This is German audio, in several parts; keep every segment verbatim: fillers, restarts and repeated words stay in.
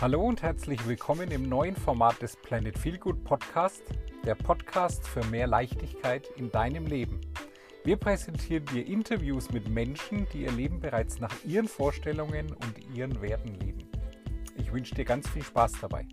Hallo und herzlich willkommen im neuen Format des Planet Feel Good Podcast, der Podcast für mehr Leichtigkeit in deinem Leben. Wir präsentieren dir Interviews mit Menschen, die ihr Leben bereits nach ihren Vorstellungen und ihren Werten leben. Ich wünsche dir ganz viel Spaß dabei.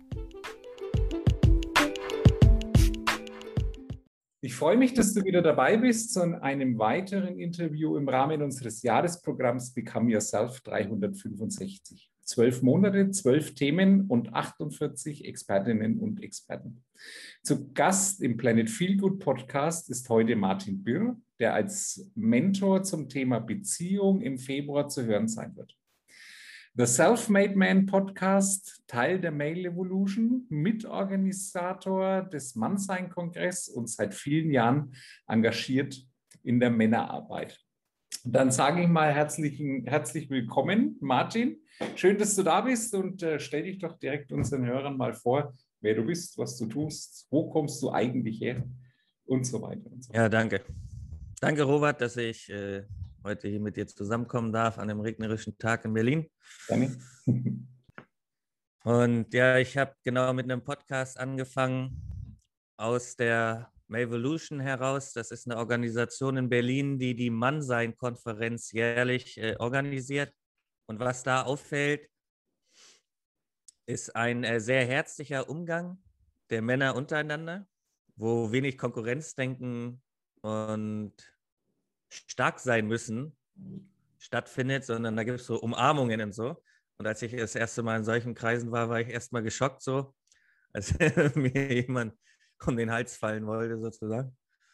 Ich freue mich, dass du wieder dabei bist zu einem weiteren Interview im Rahmen unseres Jahresprogramms Become Yourself dreihundertfünfundsechzig. Zwölf Monate, zwölf Themen und achtundvierzig Expertinnen und Experten. Zu Gast im Planet Feel Good Podcast ist heute Martin Birr, der als Mentor zum Thema Beziehung im Februar zu hören sein wird. The Self-Made Man Podcast, Teil der Male Evolution, Mitorganisator des Mannsein-Kongress und seit vielen Jahren engagiert in der Männerarbeit. Dann sage ich mal herzlichen, herzlich willkommen, Martin. Schön, dass du da bist und äh, stell dich doch direkt unseren Hörern mal vor, wer du bist, was du tust, wo kommst du eigentlich her und so weiter und so weiter. Ja, danke. Danke, Robert, dass ich äh, heute hier mit dir zusammenkommen darf an einem regnerischen Tag in Berlin. Danke. Und ja, ich habe genau mit einem Podcast angefangen aus der Malevolution heraus. Das ist eine Organisation in Berlin, die die Mannsein-Konferenz jährlich äh, organisiert. Und was da auffällt, ist ein äh, sehr herzlicher Umgang der Männer untereinander, wo wenig Konkurrenzdenken und stark sein müssen stattfindet, sondern da gibt es so Umarmungen und so. Und als ich das erste Mal in solchen Kreisen war, war ich erstmal geschockt so, als mir jemand um den Hals fallen wollte sozusagen.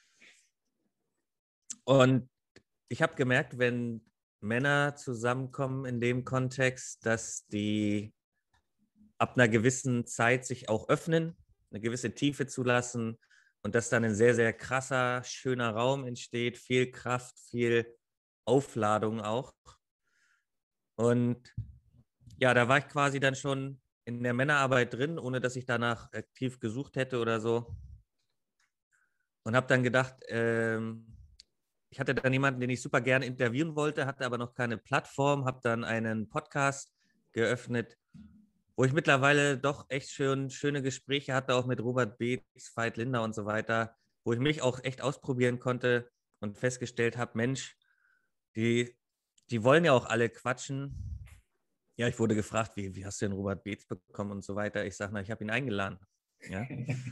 Und ich habe gemerkt, wenn Männer zusammenkommen in dem Kontext, dass die ab einer gewissen Zeit sich auch öffnen, eine gewisse Tiefe zulassen und dass dann ein sehr, sehr krasser, schöner Raum entsteht, viel Kraft, viel Aufladung auch. Und ja, da war ich quasi dann schon in der Männerarbeit drin, ohne dass ich danach aktiv gesucht hätte oder so. Und habe dann gedacht, ähm, ich hatte dann jemanden, den ich super gerne interviewen wollte, hatte aber noch keine Plattform, habe dann einen Podcast geöffnet, wo ich mittlerweile doch echt schön, schöne Gespräche hatte, auch mit Robert Beetz, Veit Linder und so weiter, wo ich mich auch echt ausprobieren konnte und festgestellt habe, Mensch, die, die wollen ja auch alle quatschen. Ja, ich wurde gefragt, wie, wie hast du denn Robert Beetz bekommen und so weiter. Ich sage, na, ich habe ihn eingeladen. Ja.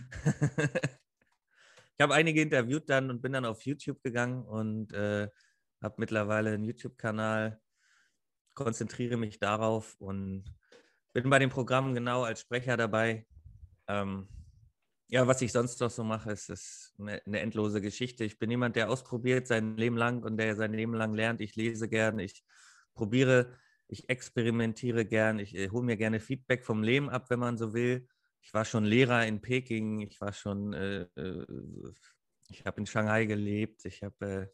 Ich habe einige interviewt dann und bin dann auf YouTube gegangen und äh, habe mittlerweile einen YouTube-Kanal, konzentriere mich darauf und bin bei den Programmen genau als Sprecher dabei. Ähm, ja, was ich sonst noch so mache, ist, ist eine, eine endlose Geschichte. Ich bin jemand, der ausprobiert sein Leben lang und der sein Leben lang lernt. Ich lese gern, ich probiere, ich experimentiere gern, ich äh, hole mir gerne Feedback vom Leben ab, wenn man so will. Ich war schon Lehrer in Peking, ich war schon, äh, äh, ich habe in Shanghai gelebt, ich habe äh,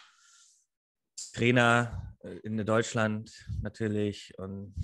Trainer äh, in Deutschland natürlich und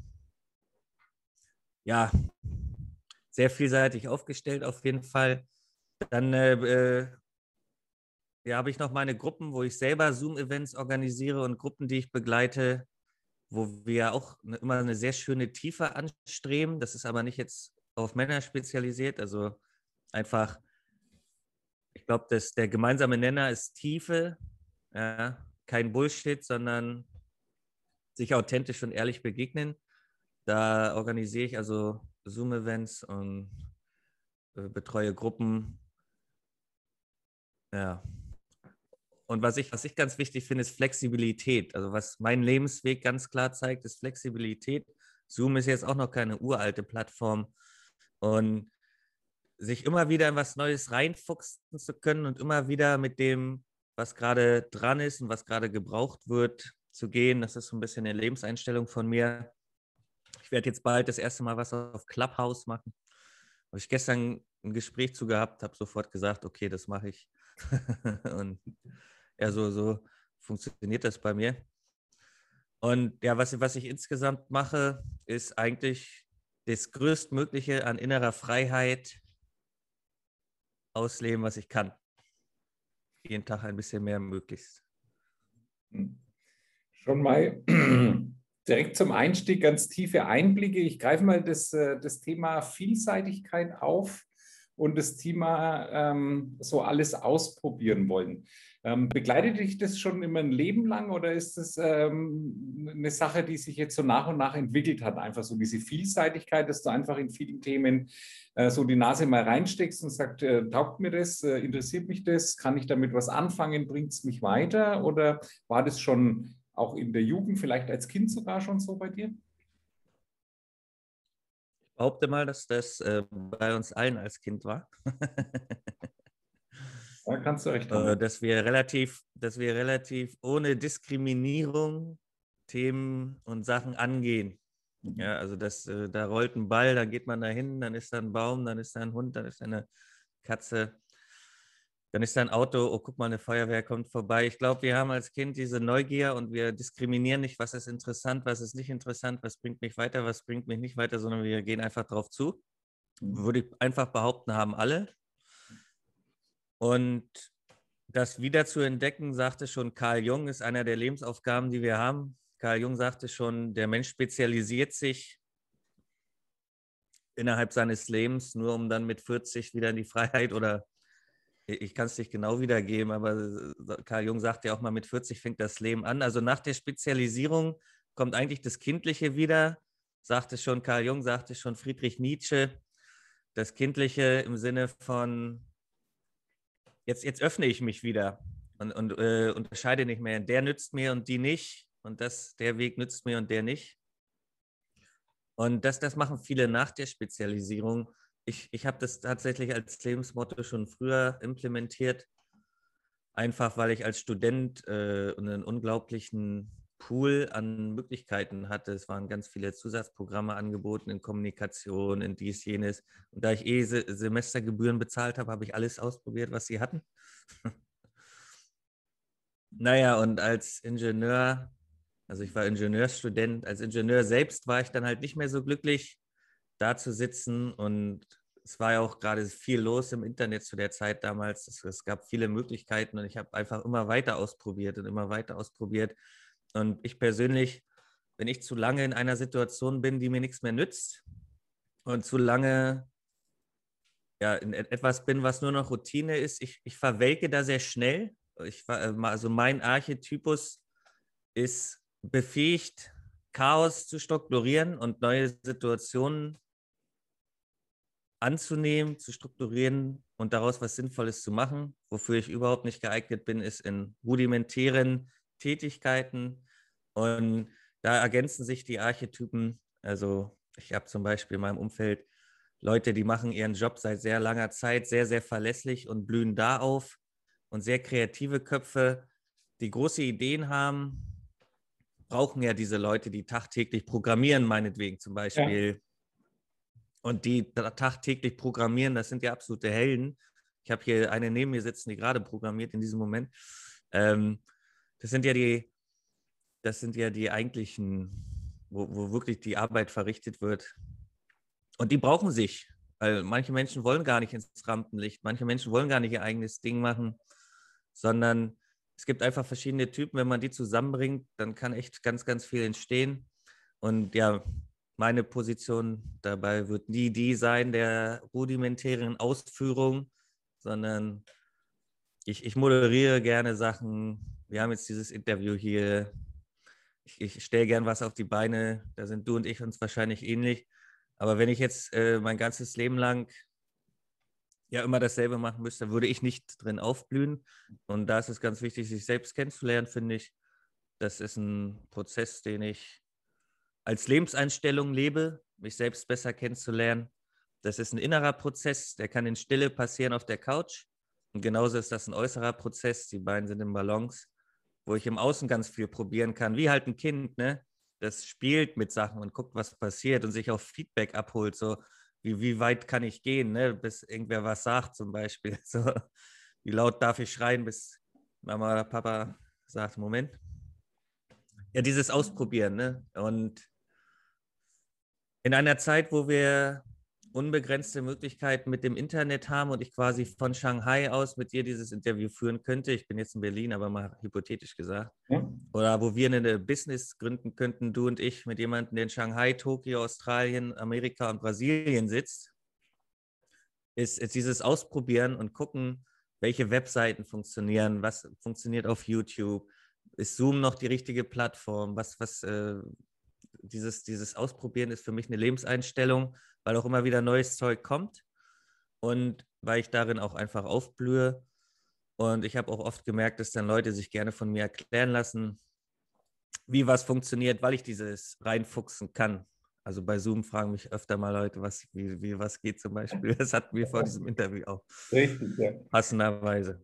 ja, sehr vielseitig aufgestellt auf jeden Fall. Dann äh, äh, ja, habe ich noch meine Gruppen, wo ich selber Zoom-Events organisiere und Gruppen, die ich begleite, wo wir auch eine, immer eine sehr schöne Tiefe anstreben. Das ist aber nicht jetzt auf Männer spezialisiert. Also einfach, ich glaube, dass der gemeinsame Nenner ist Tiefe, ja, kein Bullshit, sondern sich authentisch und ehrlich begegnen. Da organisiere ich also Zoom-Events und äh, betreue Gruppen. Ja. Und was ich, was ich ganz wichtig finde, ist Flexibilität. Also was mein Lebensweg ganz klar zeigt, ist Flexibilität. Zoom ist jetzt auch noch keine uralte Plattform. Und sich immer wieder in was Neues reinfuchsen zu können und immer wieder mit dem, was gerade dran ist und was gerade gebraucht wird, zu gehen. Das ist so ein bisschen eine Lebenseinstellung von mir. Ich werde jetzt bald das erste Mal was auf Clubhouse machen. Habe ich gestern ein Gespräch zu gehabt, habe sofort gesagt, okay, das mache ich. Und ja, so, so funktioniert das bei mir. Und ja, was, was ich insgesamt mache, ist eigentlich das Größtmögliche an innerer Freiheit ausleben, was ich kann. Jeden Tag ein bisschen mehr möglichst. Schon mal Direkt zum Einstieg ganz tiefe Einblicke. Ich greife mal das, das Thema Vielseitigkeit auf und das Thema ähm, so alles ausprobieren wollen. Ähm, begleitet dich das schon immer ein Leben lang oder ist das ähm, eine Sache, die sich jetzt so nach und nach entwickelt hat? Einfach so diese Vielseitigkeit, dass du einfach in vielen Themen äh, so die Nase mal reinsteckst und sagst, äh, taugt mir das, äh, interessiert mich das, kann ich damit was anfangen, bringt es mich weiter? Oder war das schon auch in der Jugend, vielleicht als Kind sogar schon so bei dir? Ich behaupte mal, dass das äh, bei uns allen als Kind war. Da kannst du recht haben. äh, dass wir relativ, dass wir relativ ohne Diskriminierung Themen und Sachen angehen. Ja, also das, äh, da rollt ein Ball, dann geht man da hin, dann ist da ein Baum, dann ist da ein Hund, dann ist da eine Katze. Dann ist da ein Auto, oh, guck mal, eine Feuerwehr kommt vorbei. Ich glaube, wir haben als Kind diese Neugier und wir diskriminieren nicht, was ist interessant, was ist nicht interessant, was bringt mich weiter, was bringt mich nicht weiter, sondern wir gehen einfach drauf zu. Würde ich einfach behaupten, haben alle. Und das wieder zu entdecken, sagte schon Carl Jung, ist einer der Lebensaufgaben, die wir haben. Carl Jung sagte schon, der Mensch spezialisiert sich innerhalb seines Lebens, nur um dann mit vierzig wieder in die Freiheit oder ich kann es nicht genau wiedergeben, aber Carl Jung sagt ja auch mal, mit vierzig fängt das Leben an. Also nach der Spezialisierung kommt eigentlich das Kindliche wieder, sagte schon Carl Jung, sagte schon Friedrich Nietzsche. Das Kindliche im Sinne von, jetzt, jetzt öffne ich mich wieder und, und äh, unterscheide nicht mehr, der nützt mir und die nicht und das, der Weg nützt mir und der nicht. Und das, das machen viele nach der Spezialisierung. Ich, ich habe das tatsächlich als Lebensmotto schon früher implementiert, einfach weil ich als Student äh, einen unglaublichen Pool an Möglichkeiten hatte. Es waren ganz viele Zusatzprogramme angeboten in Kommunikation, in dies, jenes. Und da ich eh Se Semestergebühren bezahlt habe, habe ich alles ausprobiert, was sie hatten. Naja, und als Ingenieur, also ich war Ingenieurstudent, als Ingenieur selbst war ich dann halt nicht mehr so glücklich, da zu sitzen. Und es war ja auch gerade viel los im Internet zu der Zeit damals. Es, es gab viele Möglichkeiten und ich habe einfach immer weiter ausprobiert und immer weiter ausprobiert. Und ich persönlich, wenn ich zu lange in einer Situation bin, die mir nichts mehr nützt und zu lange ja, in etwas bin, was nur noch Routine ist, ich, ich verwelke da sehr schnell. Ich, also mein Archetypus ist befähigt, Chaos zu strukturieren und neue Situationen anzunehmen, zu strukturieren und daraus was Sinnvolles zu machen. Wofür ich überhaupt nicht geeignet bin, ist in rudimentären Tätigkeiten. Und da ergänzen sich die Archetypen. Also ich habe zum Beispiel in meinem Umfeld Leute, die machen ihren Job seit sehr langer Zeit sehr, sehr verlässlich und blühen da auf. Und sehr kreative Köpfe, die große Ideen haben, brauchen ja diese Leute, die tagtäglich programmieren, meinetwegen zum Beispiel. Ja. Und die tagtäglich programmieren, das sind ja absolute Helden. Ich habe hier eine neben mir sitzen, die gerade programmiert in diesem Moment. Ähm, das sind ja die, das sind ja die eigentlichen, wo, wo wirklich die Arbeit verrichtet wird. Und die brauchen sich, weil manche Menschen wollen gar nicht ins Rampenlicht, manche Menschen wollen gar nicht ihr eigenes Ding machen, sondern es gibt einfach verschiedene Typen. Wenn man die zusammenbringt, dann kann echt ganz, ganz viel entstehen. Und ja, meine Position dabei wird nie die sein der rudimentären Ausführung, sondern ich, ich moderiere gerne Sachen. Wir haben jetzt dieses Interview hier. Ich, ich stelle gern was auf die Beine. Da sind du und ich uns wahrscheinlich ähnlich. Aber wenn ich jetzt äh, mein ganzes Leben lang ja immer dasselbe machen müsste, würde ich nicht drin aufblühen. Und da ist es ganz wichtig, sich selbst kennenzulernen, finde ich. Das ist ein Prozess, den ich als Lebenseinstellung lebe, mich selbst besser kennenzulernen. Das ist ein innerer Prozess, der kann in Stille passieren auf der Couch. Und genauso ist das ein äußerer Prozess. Die beiden sind in Balance, wo ich im Außen ganz viel probieren kann, wie halt ein Kind, ne? Das spielt mit Sachen und guckt, was passiert und sich auch Feedback abholt, so wie, wie weit kann ich gehen, ne? Bis irgendwer was sagt zum Beispiel. So, wie laut darf ich schreien, bis Mama oder Papa sagt, Moment. Ja, dieses Ausprobieren, ne? Und in einer Zeit, wo wir unbegrenzte Möglichkeiten mit dem Internet haben und ich quasi von Shanghai aus mit dir dieses Interview führen könnte, ich bin jetzt in Berlin, aber mal hypothetisch gesagt, Ja. oder wo wir eine Business gründen könnten, du und ich, mit jemandem, der in Shanghai, Tokio, Australien, Amerika und Brasilien sitzt, ist, ist dieses Ausprobieren und gucken, welche Webseiten funktionieren, was funktioniert auf YouTube, ist Zoom noch die richtige Plattform, was, was äh, dieses, dieses Ausprobieren ist für mich eine Lebenseinstellung, weil auch immer wieder neues Zeug kommt und weil ich darin auch einfach aufblühe. Und ich habe auch oft gemerkt, dass dann Leute sich gerne von mir erklären lassen, wie was funktioniert, weil ich dieses reinfuchsen kann. Also bei Zoom fragen mich öfter mal Leute, was, wie, wie was geht zum Beispiel. Das hatten wir vor diesem Interview auch. Richtig, ja. Passenderweise.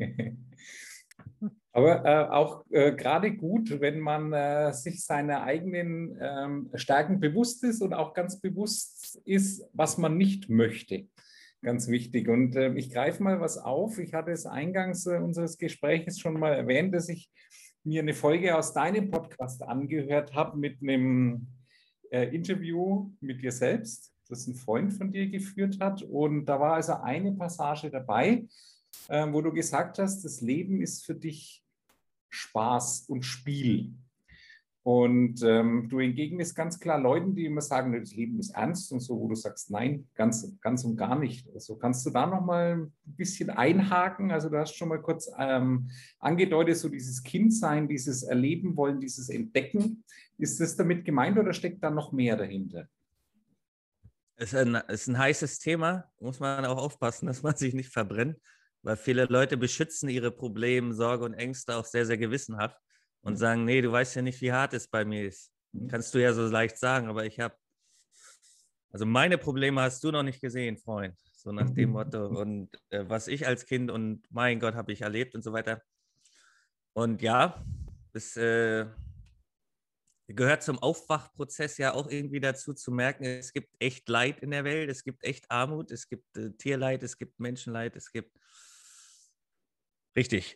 Aber äh, auch äh, gerade gut, wenn man äh, sich seiner eigenen ähm, Stärken bewusst ist und auch ganz bewusst ist, was man nicht möchte. Ganz wichtig. Und äh, ich greife mal was auf. Ich hatte es eingangs äh, unseres Gesprächs schon mal erwähnt, dass ich mir eine Folge aus deinem Podcast angehört habe mit einem äh, Interview mit dir selbst, das ein Freund von dir geführt hat. Und da war also eine Passage dabei, äh, wo du gesagt hast, das Leben ist für dich Spaß und Spiel. Und ähm, du entgegnest ganz klar Leuten, die immer sagen, das Leben ist ernst und so, wo du sagst, nein, ganz, ganz und gar nicht. Also kannst du da noch mal ein bisschen einhaken? Also du hast schon mal kurz ähm, angedeutet, so dieses Kindsein, dieses Erleben wollen, dieses Entdecken. Ist das damit gemeint oder steckt da noch mehr dahinter? Es ist ein, ist ein heißes Thema, muss man auch aufpassen, dass man sich nicht verbrennt, weil viele Leute beschützen ihre Probleme, Sorge und Ängste auch sehr, sehr gewissenhaft und sagen, nee, du weißt ja nicht, wie hart es bei mir ist. Kannst du ja so leicht sagen, aber ich habe, also meine Probleme hast du noch nicht gesehen, Freund, so nach dem Motto. Und äh, was ich als Kind und mein Gott habe ich erlebt und so weiter. Und ja, es äh, gehört zum Aufwachprozess ja auch irgendwie dazu, zu merken, es gibt echt Leid in der Welt, es gibt echt Armut, es gibt äh, Tierleid, es gibt Menschenleid, es gibt... Richtig.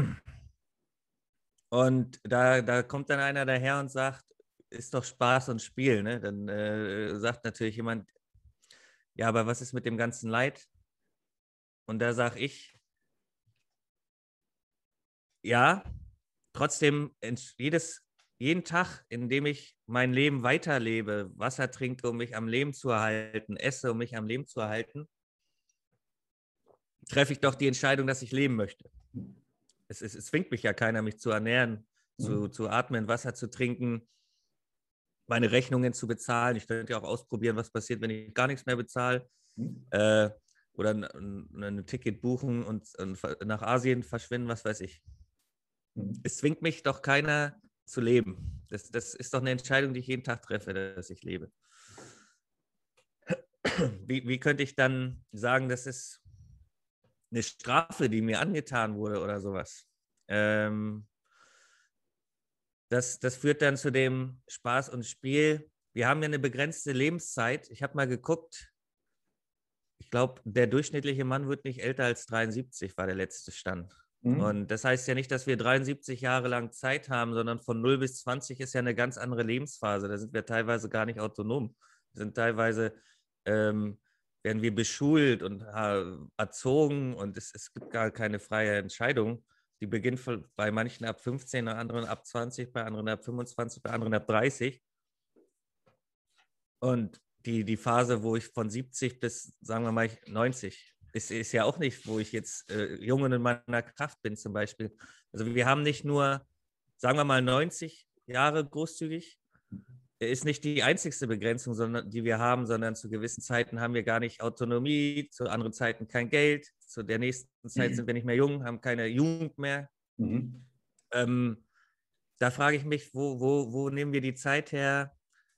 Und da, da kommt dann einer daher und sagt, ist doch Spaß und Spiel. Ne? Dann äh, sagt natürlich jemand, ja, aber was ist mit dem ganzen Leid? Und da sage ich, ja, trotzdem jedes, jeden Tag, in dem ich mein Leben weiterlebe, Wasser trinke, um mich am Leben zu erhalten, esse, um mich am Leben zu erhalten, treffe ich doch die Entscheidung, dass ich leben möchte. Es, es, es zwingt mich ja keiner, mich zu ernähren, zu, zu atmen, Wasser zu trinken, meine Rechnungen zu bezahlen. Ich könnte ja auch ausprobieren, was passiert, wenn ich gar nichts mehr bezahle. Äh, oder ein, ein Ticket buchen und, und nach Asien verschwinden, was weiß ich. Es zwingt mich doch keiner zu leben. Das, das ist doch eine Entscheidung, die ich jeden Tag treffe, dass ich lebe. Wie, wie könnte ich dann sagen, das ist eine Strafe, die mir angetan wurde oder sowas? Ähm, das, das führt dann zu dem Spaß und Spiel. Wir haben ja eine begrenzte Lebenszeit. Ich habe mal geguckt, ich glaube, der durchschnittliche Mann wird nicht älter als dreiundsiebzig, war der letzte Stand. Mhm. Und das heißt ja nicht, dass wir dreiundsiebzig Jahre lang Zeit haben, sondern von null bis zwanzig ist ja eine ganz andere Lebensphase. Da sind wir teilweise gar nicht autonom. Wir sind teilweise, ähm, werden wir beschult und äh, erzogen und es, es gibt gar keine freie Entscheidung. Die beginnt von, bei manchen ab fünfzehn, bei anderen ab zwanzig, bei anderen ab fünfundzwanzig, bei anderen ab dreißig. Und die, die Phase, wo ich von siebzig bis, sagen wir mal, neunzig, ist, ist ja auch nicht, wo ich jetzt äh, jung und in meiner Kraft bin zum Beispiel. Also wir haben nicht nur, sagen wir mal, neunzig Jahre großzügig, ist nicht die einzigste Begrenzung, sondern, die wir haben, sondern zu gewissen Zeiten haben wir gar nicht Autonomie, zu anderen Zeiten kein Geld, zu der nächsten Zeit sind wir nicht mehr jung, haben keine Jugend mehr. Mhm. Ähm, da frage ich mich, wo, wo, wo nehmen wir die Zeit her,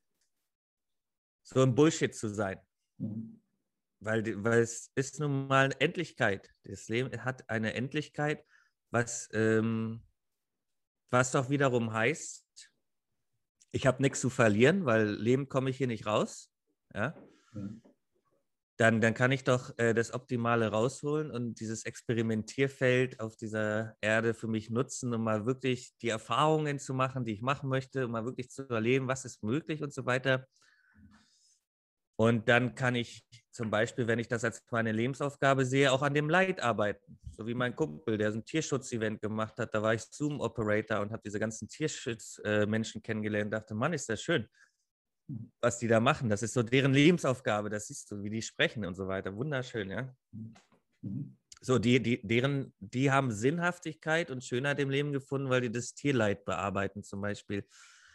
so ein Bullshit zu sein? Mhm. Weil, weil es ist nun mal eine Endlichkeit. Das Leben hat eine Endlichkeit, was, ähm, was doch wiederum heißt, ich habe nichts zu verlieren, weil Leben komme ich hier nicht raus. Ja? Mhm. Dann, dann kann ich doch äh, das Optimale rausholen und dieses Experimentierfeld auf dieser Erde für mich nutzen, um mal wirklich die Erfahrungen zu machen, die ich machen möchte, um mal wirklich zu erleben, was ist möglich und so weiter. Und dann kann ich zum Beispiel, wenn ich das als meine Lebensaufgabe sehe, auch an dem Leid arbeiten. So wie mein Kumpel, der so ein Tierschutz-Event gemacht hat. Da war ich Zoom-Operator und habe diese ganzen Tierschutzmenschen kennengelernt und dachte, Mann, ist das schön, was die da machen. Das ist so deren Lebensaufgabe. Das siehst du, wie die sprechen und so weiter. Wunderschön, ja. Mhm. So, die, die, deren, die haben Sinnhaftigkeit und Schönheit im Leben gefunden, weil die das Tierleid bearbeiten zum Beispiel.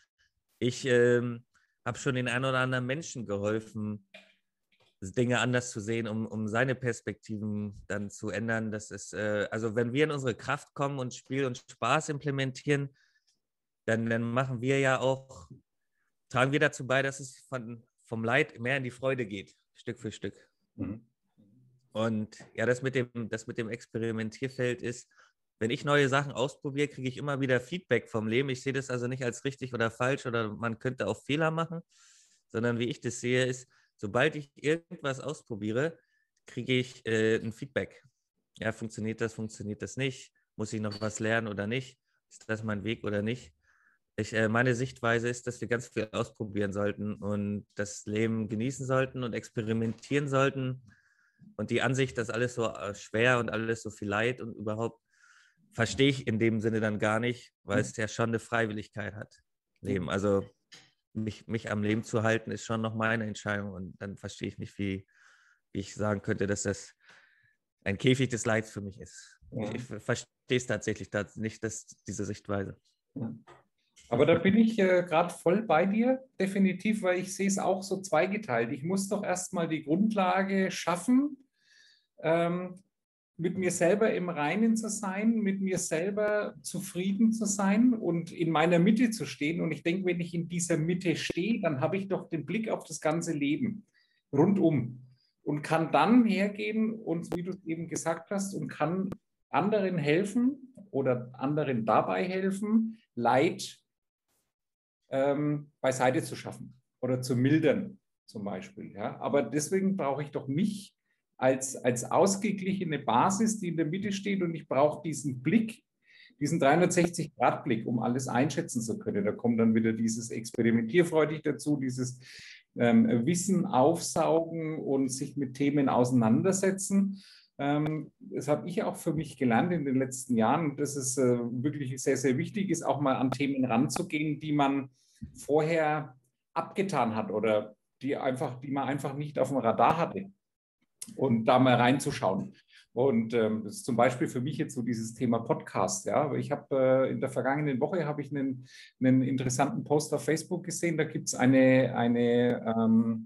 Ich ähm, habe schon den einen oder anderen Menschen geholfen, Dinge anders zu sehen, um, um seine Perspektiven dann zu ändern. Das ist, äh, also wenn wir in unsere Kraft kommen und Spiel und Spaß implementieren, dann, dann machen wir ja auch, tragen wir dazu bei, dass es von, vom Leid mehr in die Freude geht, Stück für Stück. Mhm. Und ja, das mit dem, das mit dem Experimentierfeld ist, wenn ich neue Sachen ausprobiere, kriege ich immer wieder Feedback vom Leben. Ich sehe das also nicht als richtig oder falsch oder man könnte auch Fehler machen, sondern wie ich das sehe, ist, sobald ich irgendwas ausprobiere, kriege ich äh, ein Feedback. Ja, funktioniert das, funktioniert das nicht? Muss ich noch was lernen oder nicht? Ist das mein Weg oder nicht? Ich, äh, meine Sichtweise ist, dass wir ganz viel ausprobieren sollten und das Leben genießen sollten und experimentieren sollten. Und die Ansicht, dass alles so äh, schwer und alles so viel Leid und überhaupt verstehe ich in dem Sinne dann gar nicht, weil es ja schon eine Freiwilligkeit hat. Leben. Also mich, mich am Leben zu halten, ist schon noch meine Entscheidung. Und dann verstehe ich nicht, wie, wie ich sagen könnte, dass das ein Käfig des Leids für mich ist. Ja. Ich, ich verstehe es tatsächlich nicht, dass diese Sichtweise. Ja. Aber da bin ich äh, gerade voll bei dir, definitiv, weil ich sehe es auch so zweigeteilt. Ich muss doch erstmal die Grundlage schaffen, ähm, mit mir selber im Reinen zu sein, mit mir selber zufrieden zu sein und in meiner Mitte zu stehen. Und ich denke, wenn ich in dieser Mitte stehe, dann habe ich doch den Blick auf das ganze Leben rundum und kann dann hergehen und, wie du es eben gesagt hast, und kann anderen helfen oder anderen dabei helfen, Leid ähm, beiseite zu schaffen oder zu mildern zum Beispiel. Ja? Aber deswegen brauche ich doch mich als, als ausgeglichene Basis, die in der Mitte steht, und ich brauche diesen Blick, diesen dreihundertsechzig-Grad-Blick, um alles einschätzen zu können. Da kommt dann wieder dieses Experimentierfreudig dazu, dieses ähm, Wissen aufsaugen und sich mit Themen auseinandersetzen. Ähm, das habe ich auch für mich gelernt in den letzten Jahren, dass es äh, wirklich sehr, sehr wichtig ist, auch mal an Themen ranzugehen, die man vorher abgetan hat oder die, einfach, die man einfach nicht auf dem Radar hatte, und da mal reinzuschauen. Und ähm, das ist zum Beispiel für mich jetzt so dieses Thema Podcast. Ja, ich habe äh, in der vergangenen Woche habe ich einen, einen interessanten Post auf Facebook gesehen. Da gibt es eine, eine, ähm,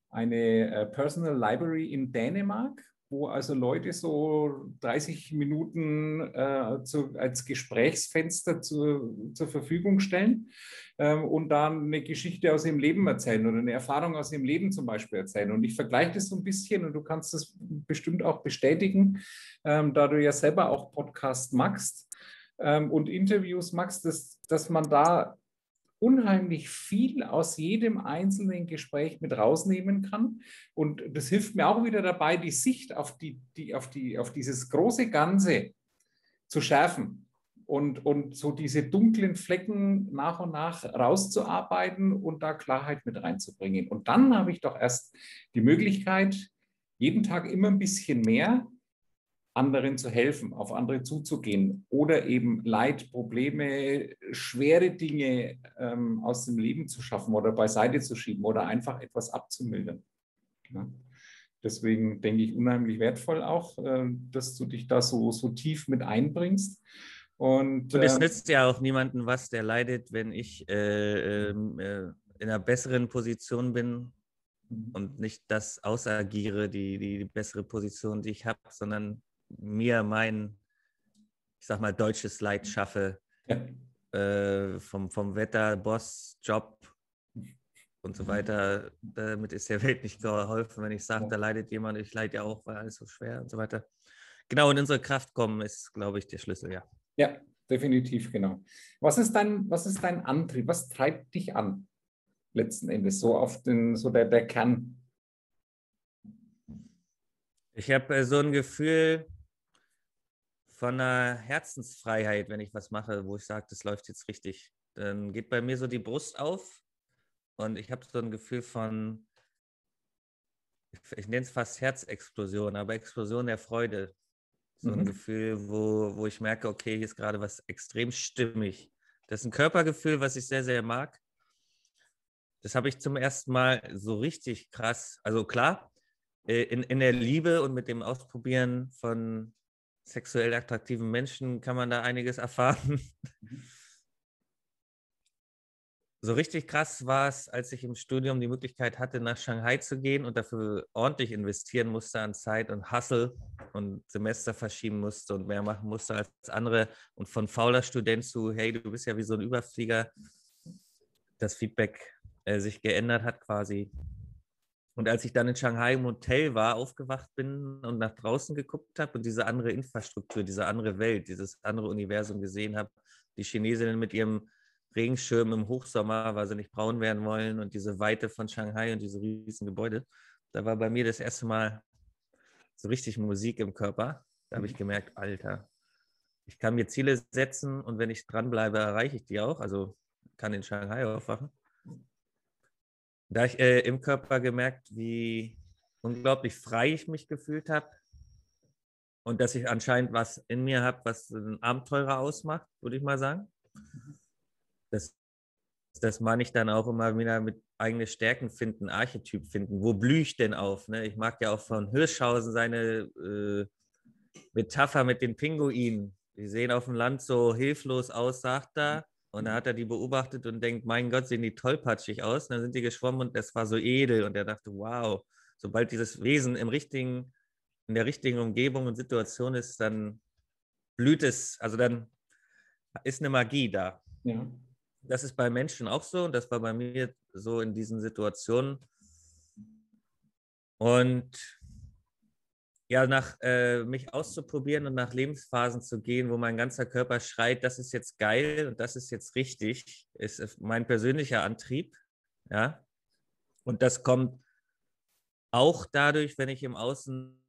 eine äh, Personal Library in Dänemark, wo also Leute so dreißig Minuten äh, zu, als Gesprächsfenster zu, zur Verfügung stellen ähm, und dann eine Geschichte aus ihrem Leben erzählen oder eine Erfahrung aus ihrem Leben zum Beispiel erzählen. Und ich vergleiche das so ein bisschen, und du kannst das bestimmt auch bestätigen, ähm, da du ja selber auch Podcast magst ähm, und Interviews magst, dass, dass man da unheimlich viel aus jedem einzelnen Gespräch mit rausnehmen kann. Und das hilft mir auch wieder dabei, die Sicht auf, die, die, auf, die, auf dieses große Ganze zu schärfen und, und so diese dunklen Flecken nach und nach rauszuarbeiten und da Klarheit mit reinzubringen. Und dann habe ich doch erst die Möglichkeit, jeden Tag immer ein bisschen mehr anderen zu helfen, auf andere zuzugehen oder eben Leid, Probleme, schwere Dinge ähm, aus dem Leben zu schaffen oder beiseite zu schieben oder einfach etwas abzumildern. Ja. Deswegen denke ich, unheimlich wertvoll auch, äh, dass du dich da so, so tief mit einbringst. Und, Und es ähm, nützt ja auch niemandem was, der leidet, wenn ich äh, äh, in einer besseren Position bin und nicht das ausagiere, die, die, die bessere Position, die ich habe, sondern mir mein, ich sag mal, deutsches Leid schaffe, ja. äh, vom, vom Wetter, Boss, Job und so weiter. Damit ist der Welt nicht geholfen, wenn ich sage, da leidet jemand, ich leide ja auch, weil alles so schwer und so weiter. Genau, in unsere Kraft kommen ist, glaube ich, der Schlüssel, ja. Ja, definitiv, genau. Was ist dein, was ist dein Antrieb? Was treibt dich an, letzten Endes, so auf den, so der, der Kern? Ich habe äh, so ein Gefühl von einer Herzensfreiheit, wenn ich was mache, wo ich sage, das läuft jetzt richtig. Dann geht bei mir so die Brust auf und ich habe so ein Gefühl von, ich, ich nenne es fast Herzexplosion, aber Explosion der Freude. So ein Mhm. Gefühl, wo, wo ich merke, okay, hier ist gerade was extrem stimmig. Das ist ein Körpergefühl, was ich sehr, sehr mag. Das habe ich zum ersten Mal so richtig krass, also klar, äh, in, in der Liebe und mit dem Ausprobieren von sexuell attraktiven Menschen kann man da einiges erfahren. So richtig krass war es, als ich im Studium die Möglichkeit hatte, nach Shanghai zu gehen und dafür ordentlich investieren musste an Zeit und Hustle und Semester verschieben musste und mehr machen musste als andere. Und von fauler Student zu, hey, du bist ja wie so ein Überflieger, das Feedback äh, sich geändert hat quasi. Und als ich dann in Shanghai im Hotel war, aufgewacht bin und nach draußen geguckt habe und diese andere Infrastruktur, diese andere Welt, dieses andere Universum gesehen habe, die Chinesinnen mit ihrem Regenschirm im Hochsommer, weil sie nicht braun werden wollen und diese Weite von Shanghai und diese riesigen Gebäude, da war bei mir das erste Mal so richtig Musik im Körper. Da habe ich gemerkt, Alter, ich kann mir Ziele setzen und wenn ich dranbleibe, erreiche ich die auch. Also kann in Shanghai aufwachen. Da habe ich äh, im Körper gemerkt, wie unglaublich frei ich mich gefühlt habe und dass ich anscheinend was in mir habe, was einen Abenteurer ausmacht, würde ich mal sagen. Das, das meine ich dann auch immer wieder mit eigene Stärken finden, Archetyp finden. Wo blühe ich denn auf? Ne? Ich mag ja auch von Hirschhausen seine äh, Metapher mit den Pinguinen. Die sehen auf dem Land so hilflos aus, sagt er. Und dann hat er die beobachtet und denkt, mein Gott, sehen die tollpatschig aus. Und dann sind die geschwommen und das war so edel. Und er dachte, wow, sobald dieses Wesen im richtigen, in der richtigen Umgebung und Situation ist, dann blüht es, also dann ist eine Magie da. Ja. Das ist bei Menschen auch so und das war bei mir so in diesen Situationen. Und ja, nach äh, mich auszuprobieren und nach Lebensphasen zu gehen, wo mein ganzer Körper schreit, das ist jetzt geil und das ist jetzt richtig, ist mein persönlicher Antrieb. Ja. Und das kommt auch dadurch, wenn ich im Außen,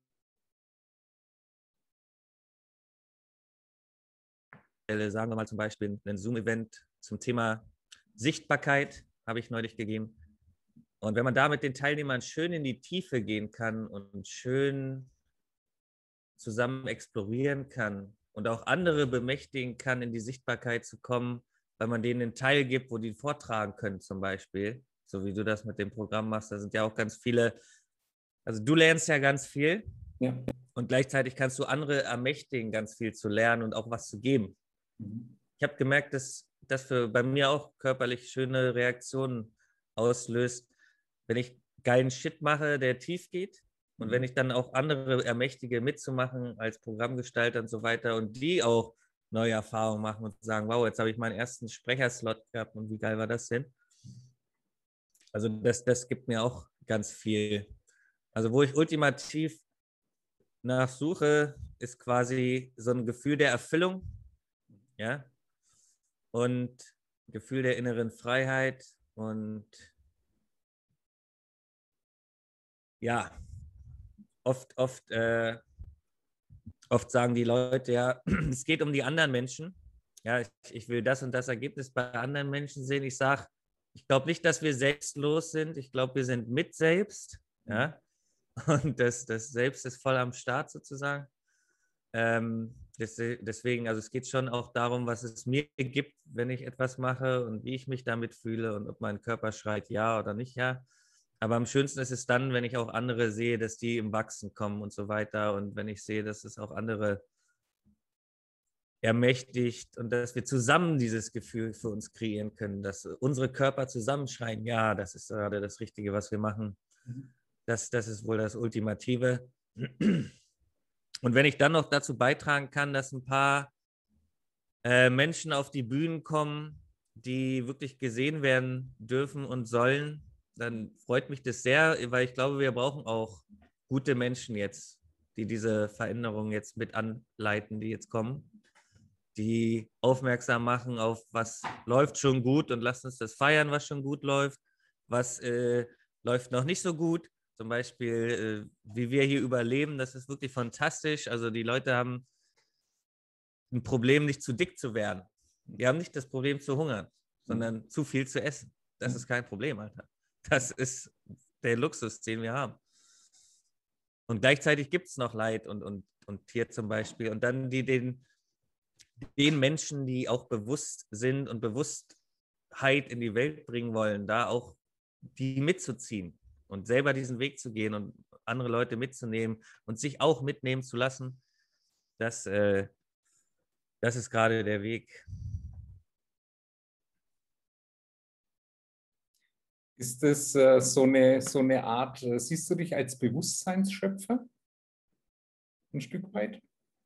sagen wir mal zum Beispiel ein Zoom-Event zum Thema Sichtbarkeit, habe ich neulich gegeben. Und wenn man da mit den Teilnehmern schön in die Tiefe gehen kann und schön zusammen explorieren kann und auch andere bemächtigen kann, in die Sichtbarkeit zu kommen, weil man denen einen Teil gibt, wo die vortragen können zum Beispiel, so wie du das mit dem Programm machst. Da sind ja auch ganz viele, also du lernst ja ganz viel Ja. und gleichzeitig kannst du andere ermächtigen, ganz viel zu lernen und auch was zu geben. Mhm. Ich habe gemerkt, dass das für bei mir auch körperlich schöne Reaktionen auslöst, wenn ich geilen Shit mache, der tief geht. Und wenn ich dann auch andere ermächtige, mitzumachen als Programmgestalter und so weiter und die auch neue Erfahrungen machen und sagen, wow, jetzt habe ich meinen ersten Sprecherslot gehabt und wie geil war das denn? Also das, das gibt mir auch ganz viel. Also wo ich ultimativ nachsuche, ist quasi so ein Gefühl der Erfüllung, ja, und Gefühl der inneren Freiheit und ja, oft, oft, äh, oft sagen die Leute, ja, es geht um die anderen Menschen. Ja, ich, ich will das und das Ergebnis bei anderen Menschen sehen. Ich sage, ich glaube nicht, dass wir selbstlos sind. Ich glaube, wir sind mit selbst. Ja, und das, das Selbst ist voll am Start sozusagen. Ähm, des, deswegen, also es geht schon auch darum, was es mir gibt, wenn ich etwas mache und wie ich mich damit fühle und ob mein Körper schreit ja oder nicht ja. Aber am schönsten ist es dann, wenn ich auch andere sehe, dass die im Wachsen kommen und so weiter und wenn ich sehe, dass es auch andere ermächtigt und dass wir zusammen dieses Gefühl für uns kreieren können, dass unsere Körper zusammenschreien, ja, das ist gerade das Richtige, was wir machen. Das, das ist wohl das Ultimative. Und wenn ich dann noch dazu beitragen kann, dass ein paar äh, Menschen auf die Bühnen kommen, die wirklich gesehen werden dürfen und sollen, dann freut mich das sehr, weil ich glaube, wir brauchen auch gute Menschen jetzt, die diese Veränderungen jetzt mit anleiten, die jetzt kommen, die aufmerksam machen auf, was läuft schon gut und lasst uns das feiern, was schon gut läuft, was äh, läuft noch nicht so gut. Zum Beispiel, äh, wie wir hier überleben, das ist wirklich fantastisch. Also die Leute haben ein Problem, nicht zu dick zu werden. Die haben nicht das Problem zu hungern, sondern zu viel zu essen. Das ist kein Problem, Alter. Das ist der Luxus, den wir haben. Und gleichzeitig gibt es noch Leid und, und, und Tier zum Beispiel. Und dann die, den, den Menschen, die auch bewusst sind und Bewusstheit in die Welt bringen wollen, da auch die mitzuziehen und selber diesen Weg zu gehen und andere Leute mitzunehmen und sich auch mitnehmen zu lassen, das, äh, das ist gerade der Weg. Ist das äh, so eine, so eine Art, äh, siehst du dich als Bewusstseinsschöpfer? Ein Stück weit?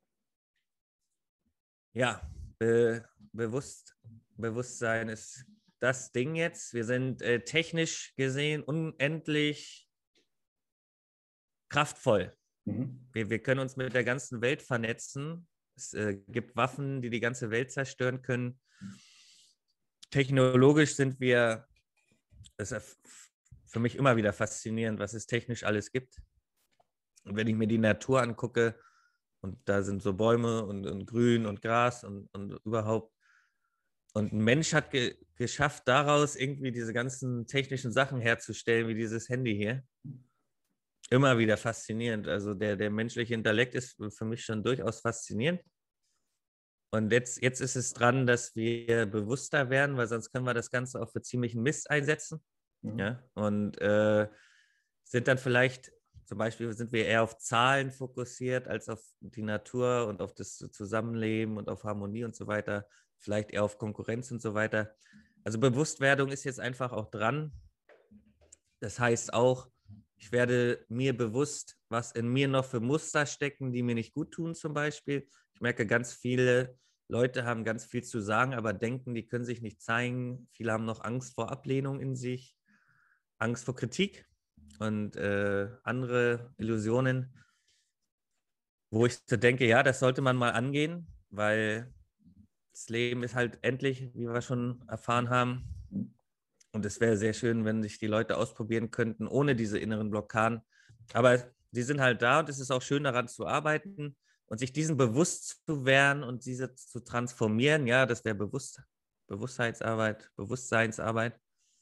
Ja, be bewusst, Bewusstsein ist das Ding jetzt. Wir sind äh, technisch gesehen unendlich kraftvoll. Mhm. Wir, wir können uns mit der ganzen Welt vernetzen. Es äh, gibt Waffen, die die ganze Welt zerstören können. Technologisch sind wir, das ist für mich immer wieder faszinierend, was es technisch alles gibt. Und wenn ich mir die Natur angucke, und da sind so Bäume und, und Grün und Gras und, und überhaupt. Und ein Mensch hat ge geschafft, daraus irgendwie diese ganzen technischen Sachen herzustellen, wie dieses Handy hier. Immer wieder faszinierend. Also der, der menschliche Intellekt ist für mich schon durchaus faszinierend. Und jetzt, jetzt ist es dran, dass wir bewusster werden, weil sonst können wir das Ganze auch für ziemlichen Mist einsetzen. Mhm. Ja? Und äh, sind dann vielleicht, zum Beispiel sind wir eher auf Zahlen fokussiert als auf die Natur und auf das Zusammenleben und auf Harmonie und so weiter. Vielleicht eher auf Konkurrenz und so weiter. Also Bewusstwerdung ist jetzt einfach auch dran. Das heißt auch, ich werde mir bewusst, was in mir noch für Muster stecken, die mir nicht gut tun zum Beispiel. Ich merke, ganz viele Leute haben ganz viel zu sagen, aber denken, die können sich nicht zeigen. Viele haben noch Angst vor Ablehnung in sich, Angst vor Kritik und äh, andere Illusionen, wo ich so denke, ja, das sollte man mal angehen, weil das Leben ist halt endlich, wie wir schon erfahren haben. Und es wäre sehr schön, wenn sich die Leute ausprobieren könnten, ohne diese inneren Blockaden. Aber die sind halt da und es ist auch schön, daran zu arbeiten und sich diesen bewusst zu werden und diese zu transformieren. Ja, das wäre Bewusst Bewusstheitsarbeit, Bewusstseinsarbeit.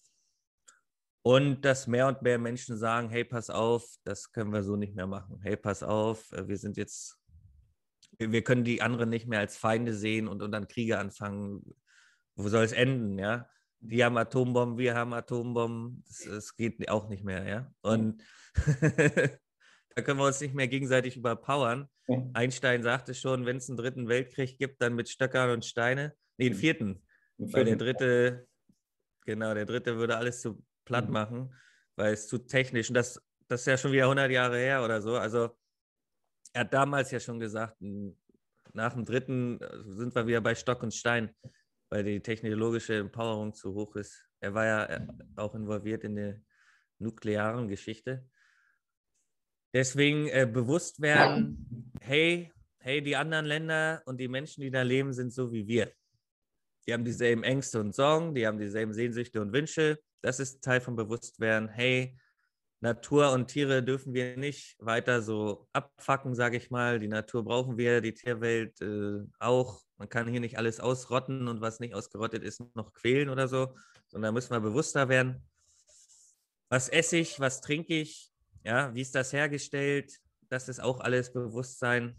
Und dass mehr und mehr Menschen sagen, hey, pass auf, das können wir so nicht mehr machen. Hey, pass auf, wir sind jetzt, wir können die anderen nicht mehr als Feinde sehen und, und dann Kriege anfangen. Wo soll es enden, ja? Die haben Atombomben, wir haben Atombomben. Das, das geht auch nicht mehr, ja? Und da können wir uns nicht mehr gegenseitig überpowern. Ja. Einstein sagte schon, wenn es einen dritten Weltkrieg gibt, dann mit Stöckern und Steine. Nee, den vierten. Den Weil der vierten. dritte, genau, der dritte würde alles zu platt Mhm. machen, weil es zu technisch, und das, das ist ja schon wieder hundert Jahre her oder so. Also er hat damals ja schon gesagt, nach dem dritten sind wir wieder bei Stock und Stein, weil die technologische Empowerung zu hoch ist. Er war ja auch involviert in der nuklearen Geschichte. Deswegen äh, bewusst werden, hey, hey, die anderen Länder und die Menschen, die da leben, sind so wie wir. Die haben dieselben Ängste und Sorgen, die haben dieselben Sehnsüchte und Wünsche. Das ist Teil von Bewusstwerden. Hey, Natur und Tiere dürfen wir nicht weiter so abfacken, sage ich mal. Die Natur brauchen wir, die Tierwelt äh, auch. Man kann hier nicht alles ausrotten und was nicht ausgerottet ist, noch quälen oder so, sondern da müssen wir bewusster werden. Was esse ich, was trinke ich, ja, wie ist das hergestellt? Das ist auch alles Bewusstsein.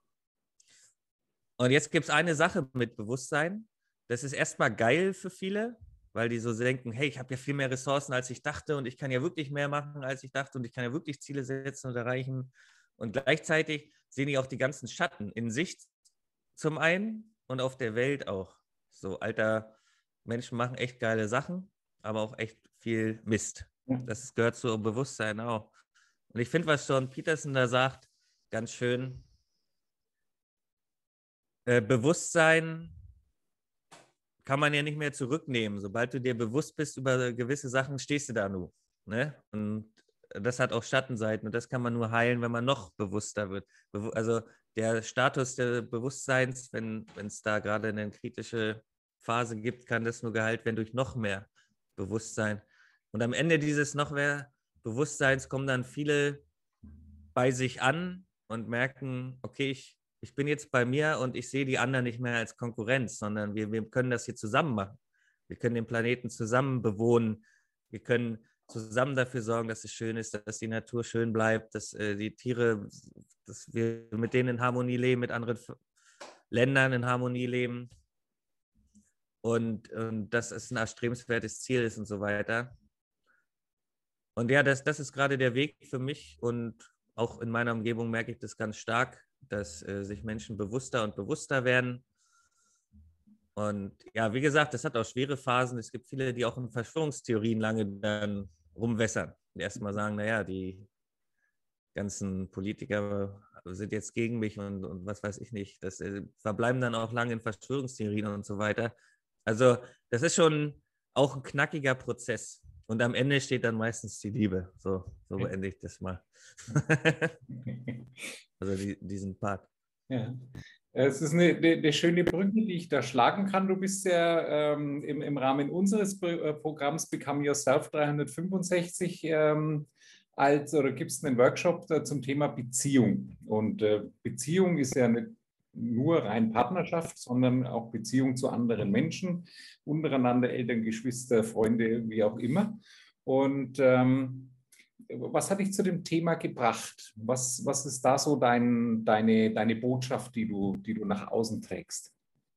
Und jetzt gibt es eine Sache mit Bewusstsein. Das ist erstmal geil für viele, weil die so denken, hey, ich habe ja viel mehr Ressourcen, als ich dachte und ich kann ja wirklich mehr machen, als ich dachte und ich kann ja wirklich Ziele setzen und erreichen. Und gleichzeitig sehen die auch die ganzen Schatten in sich zum einen und auf der Welt auch. So, alter, Menschen machen echt geile Sachen, aber auch echt viel Mist. Das gehört zu Bewusstsein auch. Und ich finde, was Jordan Peterson da sagt, ganz schön, äh, Bewusstsein kann man ja nicht mehr zurücknehmen. Sobald du dir bewusst bist über gewisse Sachen, stehst du da nur. Ne? Und das hat auch Schattenseiten und das kann man nur heilen, wenn man noch bewusster wird. Also der Status des Bewusstseins, wenn es da gerade eine kritische Phase gibt, kann das nur geheilt werden durch noch mehr Bewusstsein. Und am Ende dieses noch mehr Bewusstseins kommen dann viele bei sich an und merken, okay, ich Ich bin jetzt bei mir und ich sehe die anderen nicht mehr als Konkurrenz, sondern wir, wir können das hier zusammen machen. Wir können den Planeten zusammen bewohnen. Wir können zusammen dafür sorgen, dass es schön ist, dass die Natur schön bleibt, dass äh, die Tiere, dass wir mit denen in Harmonie leben, mit anderen Ländern in Harmonie leben und, und dass es ein erstrebenswertes Ziel ist und so weiter. Und ja, das, das ist gerade der Weg für mich und auch in meiner Umgebung merke ich das ganz stark, dass äh, sich Menschen bewusster und bewusster werden. Und ja, wie gesagt, das hat auch schwere Phasen. Es gibt viele, die auch in Verschwörungstheorien lange dann rumwässern. Die erstmal sagen, naja, die ganzen Politiker sind jetzt gegen mich und, und was weiß ich nicht. Das äh, verbleiben dann auch lange in Verschwörungstheorien und so weiter. Also das ist schon auch ein knackiger Prozess. Und am Ende steht dann meistens die Liebe. So, so beende ich das mal. Also die, diesen Part. Ja. Es ist eine, eine, eine schöne Brücke, die ich da schlagen kann. Du bist ja ähm, im, im Rahmen unseres Programms Become Yourself dreihundertfünfundsechzig ähm, als, oder gibst einen Workshop zum Thema Beziehung. Und äh, Beziehung ist ja nicht nur rein Partnerschaft, sondern auch Beziehung zu anderen Menschen, untereinander, Eltern, Geschwister, Freunde, wie auch immer. Und ähm, was hat dich zu dem Thema gebracht? Was, was ist da so dein, deine, deine Botschaft, die du, die du nach außen trägst?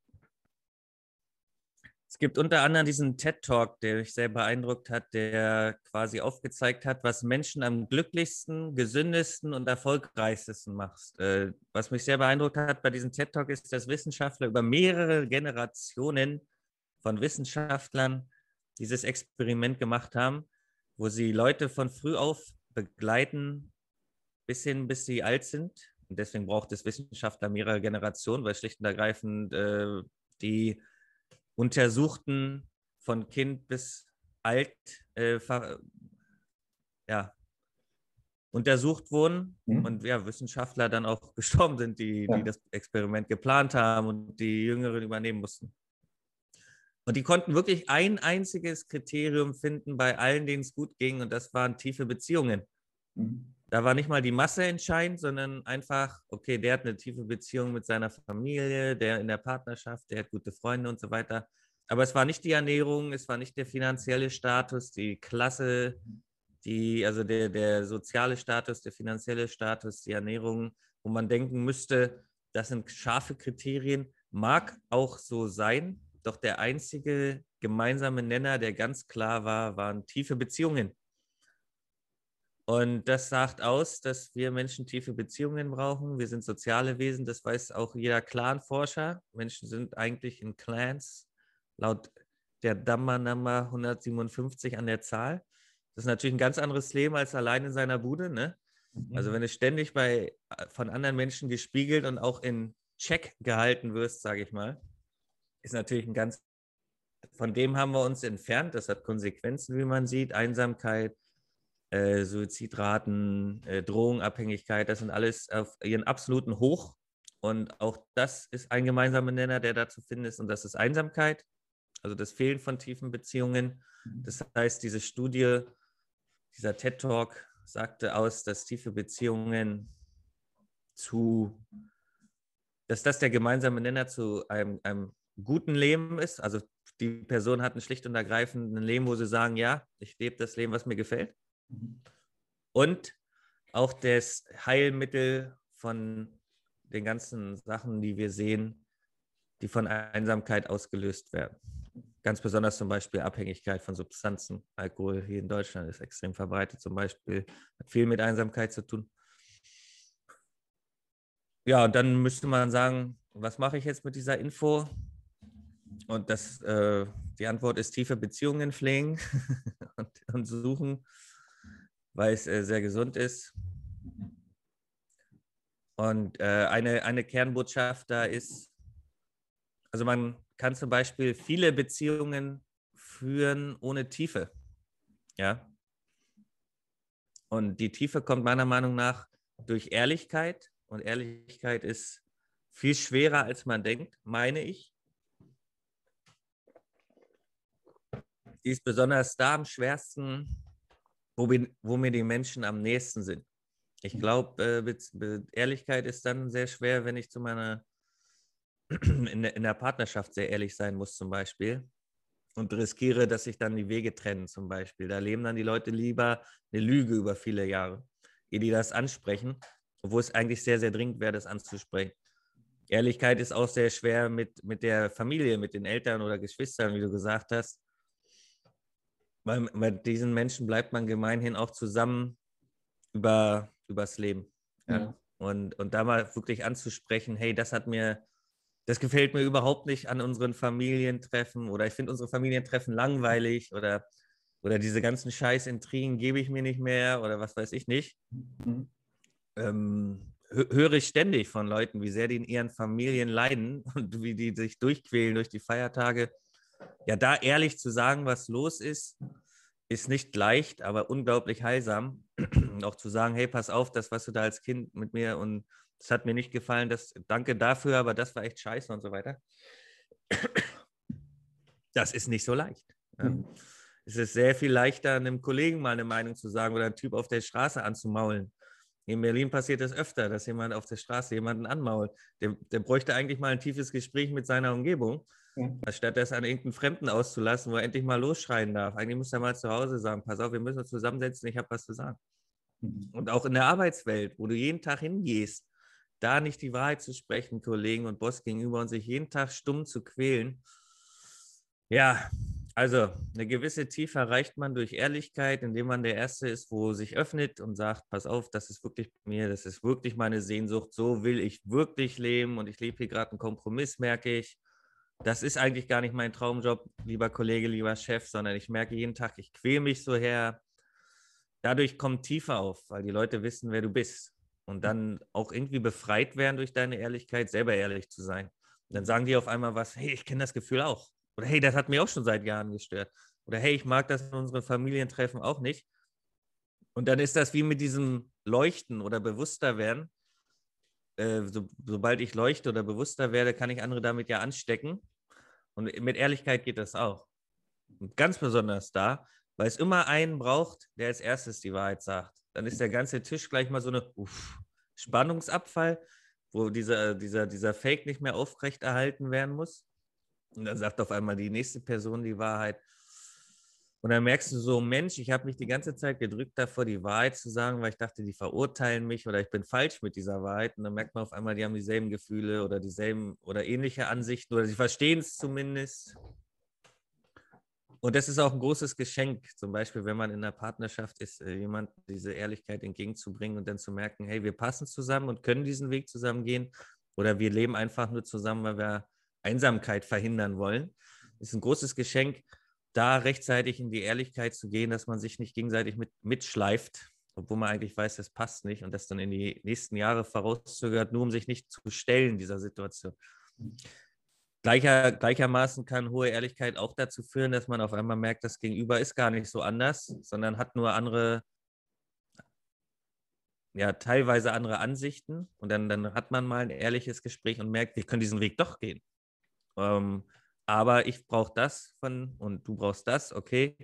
Es gibt unter anderem diesen TED-Talk, der mich sehr beeindruckt hat, der quasi aufgezeigt hat, was Menschen am glücklichsten, gesündesten und erfolgreichsten macht. Äh, was mich sehr beeindruckt hat bei diesem TED-Talk ist, dass Wissenschaftler über mehrere Generationen von Wissenschaftlern dieses Experiment gemacht haben, wo sie Leute von früh auf begleiten, bis hin, bis sie alt sind. Und deswegen braucht es Wissenschaftler mehrerer Generationen, weil schlicht und ergreifend äh, die Untersuchten von Kind bis alt äh, ja, untersucht wurden hm. und ja, Wissenschaftler dann auch gestorben sind, die, ja. die das Experiment geplant haben und die Jüngeren übernehmen mussten. Und die konnten wirklich ein einziges Kriterium finden bei allen, denen es gut ging, und das waren tiefe Beziehungen. Mhm. Da war nicht mal die Masse entscheidend, sondern einfach, okay, der hat eine tiefe Beziehung mit seiner Familie, der in der Partnerschaft, der hat gute Freunde und so weiter. Aber es war nicht die Ernährung, es war nicht der finanzielle Status, die Klasse, die, also der, der soziale Status, der finanzielle Status, die Ernährung, wo man denken müsste, das sind scharfe Kriterien, mag auch so sein. Doch der einzige gemeinsame Nenner, der ganz klar war, waren tiefe Beziehungen. Und das sagt aus, dass wir Menschen tiefe Beziehungen brauchen. Wir sind soziale Wesen, das weiß auch jeder Clan-Forscher. Menschen sind eigentlich in Clans, laut der Dhamma Nummer hundertsiebenundfünfzig an der Zahl. Das ist natürlich ein ganz anderes Leben als allein in seiner Bude, ne? Also wenn du ständig bei, von anderen Menschen gespiegelt und auch in Check gehalten wirst, sage ich mal, ist natürlich ein ganz, von dem haben wir uns entfernt. Das hat Konsequenzen, wie man sieht, Einsamkeit, äh, Suizidraten, äh, Drogenabhängigkeit, das sind alles auf ihren absoluten Hoch. Und auch das ist ein gemeinsamer Nenner, der da zu finden ist, und das ist Einsamkeit, also das Fehlen von tiefen Beziehungen. Das heißt, diese Studie, dieser TED-Talk sagte aus, dass tiefe Beziehungen zu, dass das der gemeinsame Nenner zu einem, einem guten Leben ist. Also die Person hat ein schlicht und ergreifend ein Leben, wo sie sagen, ja, ich lebe das Leben, was mir gefällt. Und auch das Heilmittel von den ganzen Sachen, die wir sehen, die von Einsamkeit ausgelöst werden. Ganz besonders zum Beispiel Abhängigkeit von Substanzen. Alkohol hier in Deutschland ist extrem verbreitet zum Beispiel, hat viel mit Einsamkeit zu tun. Ja, und dann müsste man sagen, was mache ich jetzt mit dieser Info? Und das, äh, die Antwort ist tiefe Beziehungen pflegen und, und suchen, weil es äh, sehr gesund ist. Und äh, eine, eine Kernbotschaft da ist, also man kann zum Beispiel viele Beziehungen führen ohne Tiefe. Ja. Und die Tiefe kommt meiner Meinung nach durch Ehrlichkeit. Und Ehrlichkeit ist viel schwerer, als man denkt, meine ich. Die ist besonders da am schwersten, wo, wir, wo mir die Menschen am nächsten sind. Ich glaube, äh, Ehrlichkeit ist dann sehr schwer, wenn ich zu meiner, in der, in der Partnerschaft sehr ehrlich sein muss zum Beispiel. und riskiere, dass sich dann die Wege trennen zum Beispiel. Da leben dann die Leute lieber eine Lüge über viele Jahre, ehe die das ansprechen, obwohl es eigentlich sehr, sehr dringend wäre, das anzusprechen. Ehrlichkeit ist auch sehr schwer mit, mit der Familie, mit den Eltern oder Geschwistern, wie du gesagt hast. Weil mit diesen Menschen bleibt man gemeinhin auch zusammen über, übers Leben. Ja? Ja. Und, und da mal wirklich anzusprechen, hey, das hat mir, das gefällt mir überhaupt nicht an unseren Familientreffen oder ich finde unsere Familientreffen langweilig oder, oder diese ganzen Scheißintrigen gebe ich mir nicht mehr oder was weiß ich nicht. Mhm. Ähm, höre ich ständig von Leuten, wie sehr die in ihren Familien leiden und wie die sich durchquälen durch die Feiertage. Ja, da ehrlich zu sagen, was los ist, ist nicht leicht, aber unglaublich heilsam. Und auch zu sagen, hey, pass auf, das, was du da als Kind mit mir und das hat mir nicht gefallen, das, danke dafür, aber das war echt scheiße und so weiter. Das ist nicht so leicht. Ja. Mhm. Es ist sehr viel leichter, einem Kollegen mal eine Meinung zu sagen oder einen Typ auf der Straße anzumaulen. In Berlin passiert es öfter, dass jemand auf der Straße jemanden anmault. Der, der bräuchte eigentlich mal ein tiefes Gespräch mit seiner Umgebung, ja. Statt das an irgendeinen Fremden auszulassen, wo er endlich mal losschreien darf. Eigentlich muss er mal zu Hause sagen, pass auf, wir müssen uns zusammensetzen, ich habe was zu sagen. Mhm. Und auch in der Arbeitswelt, wo du jeden Tag hingehst, da nicht die Wahrheit zu sprechen, Kollegen und Boss gegenüber und sich jeden Tag stumm zu quälen. Ja, also eine gewisse Tiefe erreicht man durch Ehrlichkeit, indem man der Erste ist, wo sich öffnet und sagt, pass auf, das ist wirklich mir, das ist wirklich meine Sehnsucht, so will ich wirklich leben und ich lebe hier gerade einen Kompromiss, merke ich. Das ist eigentlich gar nicht mein Traumjob, lieber Kollege, lieber Chef, sondern ich merke jeden Tag, ich quäle mich so her. Dadurch kommt Tiefe auf, weil die Leute wissen, wer du bist und dann auch irgendwie befreit werden durch deine Ehrlichkeit, selber ehrlich zu sein. Und dann sagen die auf einmal was, hey, ich kenne das Gefühl auch. Oder hey, das hat mich auch schon seit Jahren gestört. Oder hey, ich mag das in unseren Familientreffen auch nicht. Und dann ist das wie mit diesem Leuchten oder bewusster werden. Äh, so, sobald ich leuchte oder bewusster werde, kann ich andere damit ja anstecken. Und mit Ehrlichkeit geht das auch. Und ganz besonders da, weil es immer einen braucht, der als erstes die Wahrheit sagt. Dann ist der ganze Tisch gleich mal so eine uff, Spannungsabfall, wo dieser, dieser, dieser Fake nicht mehr aufrechterhalten werden muss. Und dann sagt auf einmal die nächste Person die Wahrheit. Und dann merkst du so, Mensch, ich habe mich die ganze Zeit gedrückt davor, die Wahrheit zu sagen, weil ich dachte, die verurteilen mich oder ich bin falsch mit dieser Wahrheit. Und dann merkt man auf einmal, die haben dieselben Gefühle oder dieselben oder ähnliche Ansichten oder sie verstehen es zumindest. Und das ist auch ein großes Geschenk, zum Beispiel, wenn man in einer Partnerschaft ist, jemand diese Ehrlichkeit entgegenzubringen und dann zu merken, hey, wir passen zusammen und können diesen Weg zusammen gehen oder wir leben einfach nur zusammen, weil wir Einsamkeit verhindern wollen. Das ist ein großes Geschenk, da rechtzeitig in die Ehrlichkeit zu gehen, dass man sich nicht gegenseitig mit, mitschleift, obwohl man eigentlich weiß, das passt nicht und das dann in die nächsten Jahre vorauszögert, nur um sich nicht zu stellen dieser Situation. Gleicher, gleichermaßen kann hohe Ehrlichkeit auch dazu führen, dass man auf einmal merkt, das Gegenüber ist gar nicht so anders, sondern hat nur andere, ja, teilweise andere Ansichten. Und dann, dann hat man mal ein ehrliches Gespräch und merkt, wir können diesen Weg doch gehen. Ähm, aber ich brauche das von und du brauchst das, okay.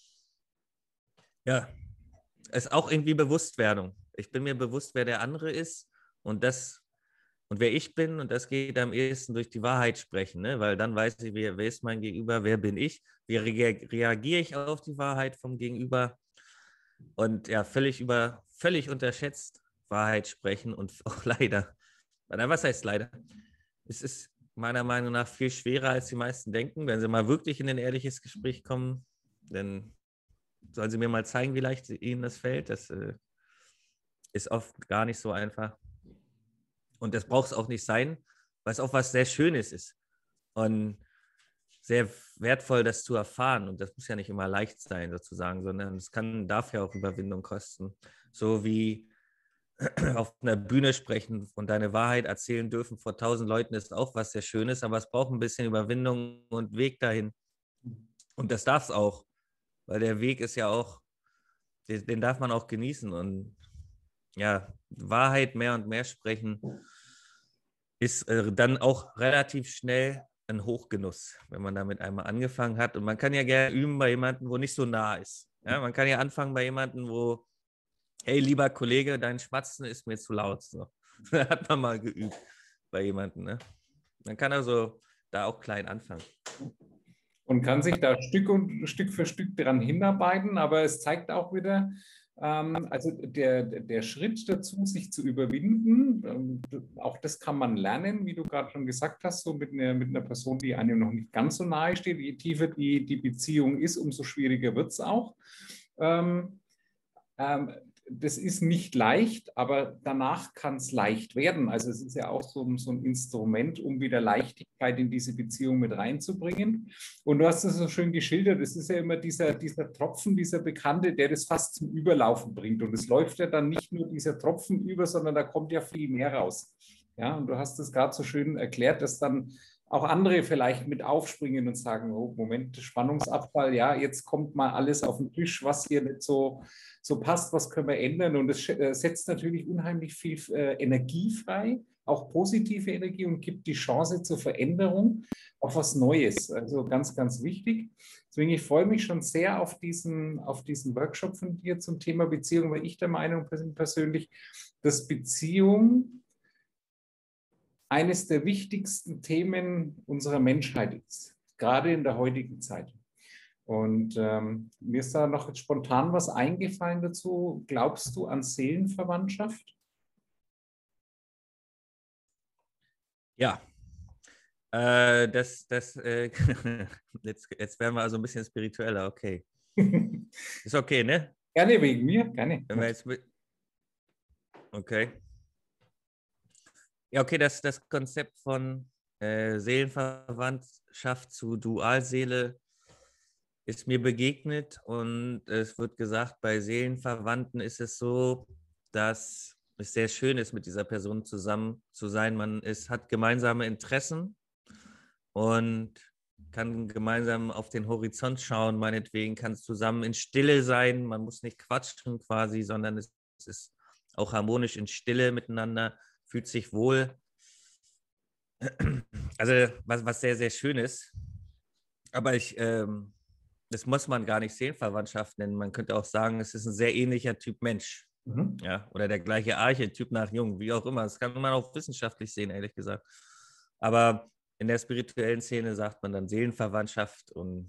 Ja, es ist auch irgendwie Bewusstwerdung. Ich bin mir bewusst, wer der andere ist und das Und wer ich bin, und das geht am ehesten durch die Wahrheit sprechen, ne? Weil dann weiß ich, wer, wer ist mein Gegenüber, wer bin ich, wie reagiere ich auf die Wahrheit vom Gegenüber und ja, völlig über, völlig unterschätzt Wahrheit sprechen und auch leider, was heißt leider? Es ist meiner Meinung nach viel schwerer, als die meisten denken. Wenn sie mal wirklich in ein ehrliches Gespräch kommen, dann sollen sie mir mal zeigen, wie leicht ihnen das fällt. Das äh, ist oft gar nicht so einfach. Und das braucht es auch nicht sein, weil es auch was sehr Schönes ist und sehr wertvoll, das zu erfahren. Und das muss ja nicht immer leicht sein, sozusagen, sondern es kann, darf ja auch Überwindung kosten. So wie auf einer Bühne sprechen und deine Wahrheit erzählen dürfen vor tausend Leuten ist auch was sehr Schönes, aber es braucht ein bisschen Überwindung und Weg dahin. Und das darf es auch, weil der Weg ist ja auch, den, den darf man auch genießen und ja, Wahrheit mehr und mehr sprechen ist äh, dann auch relativ schnell ein Hochgenuss, wenn man damit einmal angefangen hat. Und man kann ja gerne üben bei jemandem, wo nicht so nah ist. Ja, man kann ja anfangen bei jemandem, wo, hey, lieber Kollege, dein Schmatzen ist mir zu laut. So. Da hat man mal geübt bei jemandem. Ne? Man kann also da auch klein anfangen. und kann sich da Stück und Stück für Stück dran hinarbeiten. Aber es zeigt auch wieder, ähm, also der, der Schritt dazu, sich zu überwinden, ähm, auch das kann man lernen, wie du gerade schon gesagt hast, so mit einer, mit einer Person, die einem noch nicht ganz so nahe steht. Je tiefer die, die Beziehung ist, umso schwieriger wird es auch. Ähm, ähm, Das ist nicht leicht, aber danach kann es leicht werden. Also es ist ja auch so, so ein Instrument, um wieder Leichtigkeit in diese Beziehung mit reinzubringen. Und du hast es so schön geschildert, es ist ja immer dieser, dieser Tropfen, dieser Bekannte, der das fast zum Überlaufen bringt. Und es läuft ja dann nicht nur dieser Tropfen über, sondern da kommt ja viel mehr raus. Ja, und du hast es gerade so schön erklärt, dass dann auch andere vielleicht mit aufspringen und sagen, oh, Moment, Spannungsabfall, ja, jetzt kommt mal alles auf den Tisch, was hier nicht so so passt, was können wir ändern. Und es setzt natürlich unheimlich viel äh, Energie frei, auch positive Energie und gibt die Chance zur Veränderung auf was Neues. Also ganz, ganz wichtig. Deswegen, ich freue mich schon sehr auf diesen, auf diesen Workshop von dir zum Thema Beziehung, weil ich der Meinung bin persönlich, dass Beziehung eines der wichtigsten Themen unserer Menschheit ist, gerade in der heutigen Zeit. Und ähm, mir ist da noch spontan was eingefallen dazu. Glaubst du an Seelenverwandtschaft? Ja, äh, das, das, äh, jetzt, jetzt werden wir also ein bisschen spiritueller, okay. Ist okay, ne? Gerne wegen mir, gerne. Wenn wir jetzt mit, okay. Ja, okay, das, das Konzept von äh, Seelenverwandtschaft zu Dualseele ist mir begegnet und es wird gesagt, bei Seelenverwandten ist es so, dass es sehr schön ist, mit dieser Person zusammen zu sein. Man ist, hat gemeinsame Interessen und kann gemeinsam auf den Horizont schauen, meinetwegen kann es zusammen in Stille sein, man muss nicht quatschen quasi, sondern es ist auch harmonisch in Stille miteinander, fühlt sich wohl. Also was, was sehr, sehr schön ist. Aber ich, ähm, das muss man gar nicht Seelenverwandtschaft nennen. Man könnte auch sagen, es ist ein sehr ähnlicher Typ Mensch. Mhm. Ja, oder der gleiche Archetyp nach Jung, wie auch immer. Das kann man auch wissenschaftlich sehen, ehrlich gesagt. Aber in der spirituellen Szene sagt man dann Seelenverwandtschaft und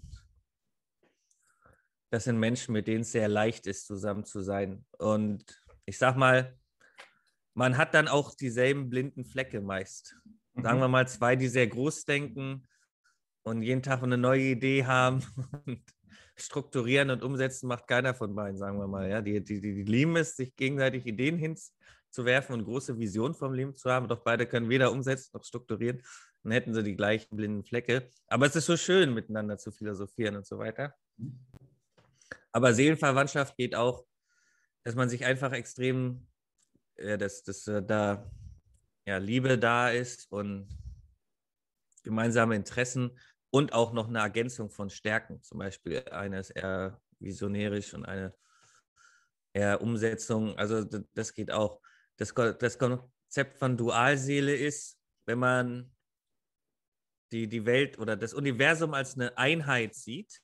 das sind Menschen, mit denen es sehr leicht ist, zusammen zu sein. Und ich sag mal, man hat dann auch dieselben blinden Flecke meist. Sagen wir Mhm. mal zwei, die sehr groß denken und jeden Tag eine neue Idee haben und strukturieren und umsetzen macht keiner von beiden, sagen wir mal. Ja? Die, die, die lieben es, sich gegenseitig Ideen hinzuwerfen und große Visionen vom Leben zu haben, doch beide können weder umsetzen noch strukturieren. Dann hätten sie die gleichen blinden Flecke. Aber es ist so schön, miteinander zu philosophieren und so weiter. Aber Seelenverwandtschaft geht auch, dass man sich einfach extrem, ja, dass, dass äh, da ja, Liebe da ist und gemeinsame Interessen und auch noch eine Ergänzung von Stärken. Zum Beispiel eine ist eher visionärisch und eine eher Umsetzung. Also das geht auch. Das, das Konzept von Dualseele ist, wenn man die, die Welt oder das Universum als eine Einheit sieht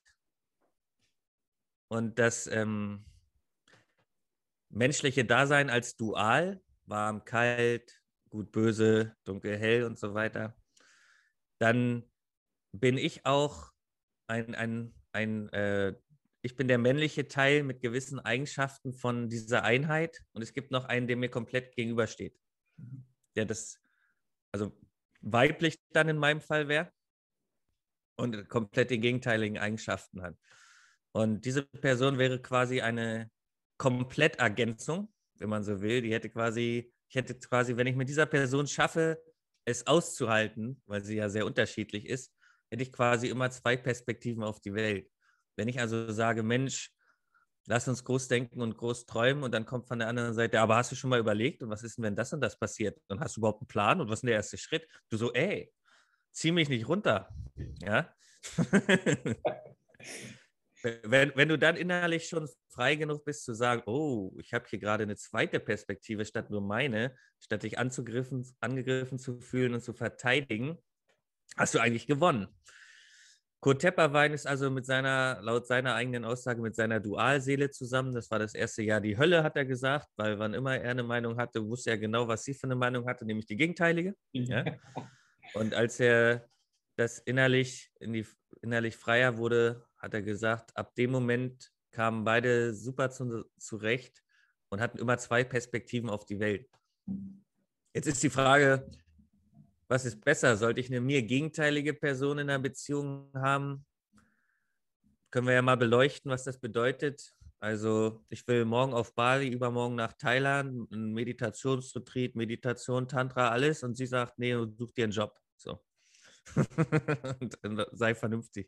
und das ähm, menschliche Dasein als dual, warm, kalt, gut, böse, dunkel, hell und so weiter, dann bin ich auch ein, ein, ein äh, ich bin der männliche Teil mit gewissen Eigenschaften von dieser Einheit und es gibt noch einen, der mir komplett gegenübersteht, der das, also weiblich dann in meinem Fall wäre und komplett die gegenteiligen Eigenschaften hat. Und diese Person wäre quasi eine Komplettergänzung, wenn man so will. Die hätte quasi, ich hätte quasi, wenn ich mit dieser Person schaffe, es auszuhalten, weil sie ja sehr unterschiedlich ist, hätte ich quasi immer zwei Perspektiven auf die Welt. Wenn ich also sage, Mensch, lass uns groß denken und groß träumen und dann kommt von der anderen Seite, aber hast du schon mal überlegt und was ist denn, wenn das und das passiert? Und hast du überhaupt einen Plan und was ist denn der erste Schritt? Du so, ey, zieh mich nicht runter. Ja. Wenn, wenn du dann innerlich schon frei genug bist zu sagen, oh, ich habe hier gerade eine zweite Perspektive statt nur meine, statt dich anzugriffen, angegriffen zu fühlen und zu verteidigen, hast du eigentlich gewonnen. Kurt Tepperwein ist also mit seiner, laut seiner eigenen Aussage, mit seiner Dualseele zusammen. Das war das erste Jahr die Hölle, hat er gesagt, weil wann immer er eine Meinung hatte, wusste er genau, was sie für eine Meinung hatte, nämlich die gegenteilige. Ja? Und als er das innerlich, in die, innerlich freier wurde, hat er gesagt, ab dem Moment kamen beide super zu, zurecht und hatten immer zwei Perspektiven auf die Welt. Jetzt ist die Frage, was ist besser? Sollte ich eine mir gegenteilige Person in einer Beziehung haben? Können wir ja mal beleuchten, was das bedeutet. Also ich will morgen auf Bali, übermorgen nach Thailand, ein Meditationsretreat, Meditation, Tantra, alles. Und sie sagt, nee, such dir einen Job. So. Und sei vernünftig.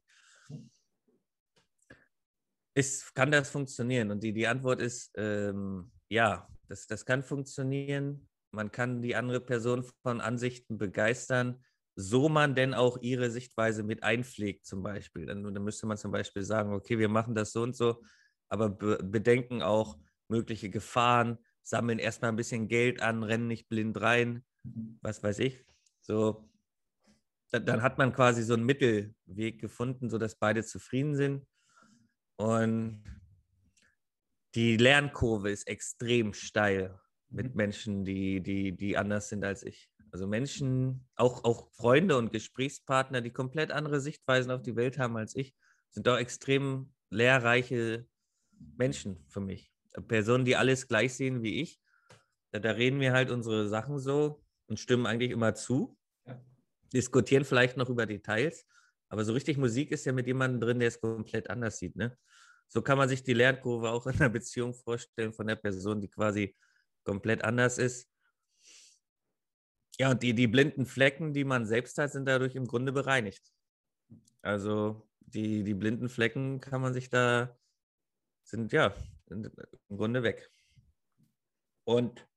Ist, kann das funktionieren? Und die, die Antwort ist, ähm, ja, das, das kann funktionieren. Man kann die andere Person von Ansichten begeistern, so man denn auch ihre Sichtweise mit einpflegt zum Beispiel. Dann, dann müsste man zum Beispiel sagen, okay, wir machen das so und so, aber be bedenken auch mögliche Gefahren, sammeln erstmal ein bisschen Geld an, rennen nicht blind rein, was weiß ich. So, dann, dann hat man quasi so einen Mittelweg gefunden, sodass beide zufrieden sind. Und die Lernkurve ist extrem steil mit Menschen, die, die, die anders sind als ich. Also Menschen, auch, auch Freunde und Gesprächspartner, die komplett andere Sichtweisen auf die Welt haben als ich, sind auch extrem lehrreiche Menschen für mich. Personen, die alles gleich sehen wie ich. Da, da reden wir halt unsere Sachen so und stimmen eigentlich immer zu. Ja. Diskutieren vielleicht noch über Details. Aber so richtig Musik ist ja mit jemandem drin, der es komplett anders sieht, ne? So kann man sich die Lernkurve auch in einer Beziehung vorstellen von der Person, die quasi komplett anders ist. Ja, und die, die blinden Flecken, die man selbst hat, sind dadurch im Grunde bereinigt. Also die, die blinden Flecken kann man sich da, sind ja sind im Grunde weg. Und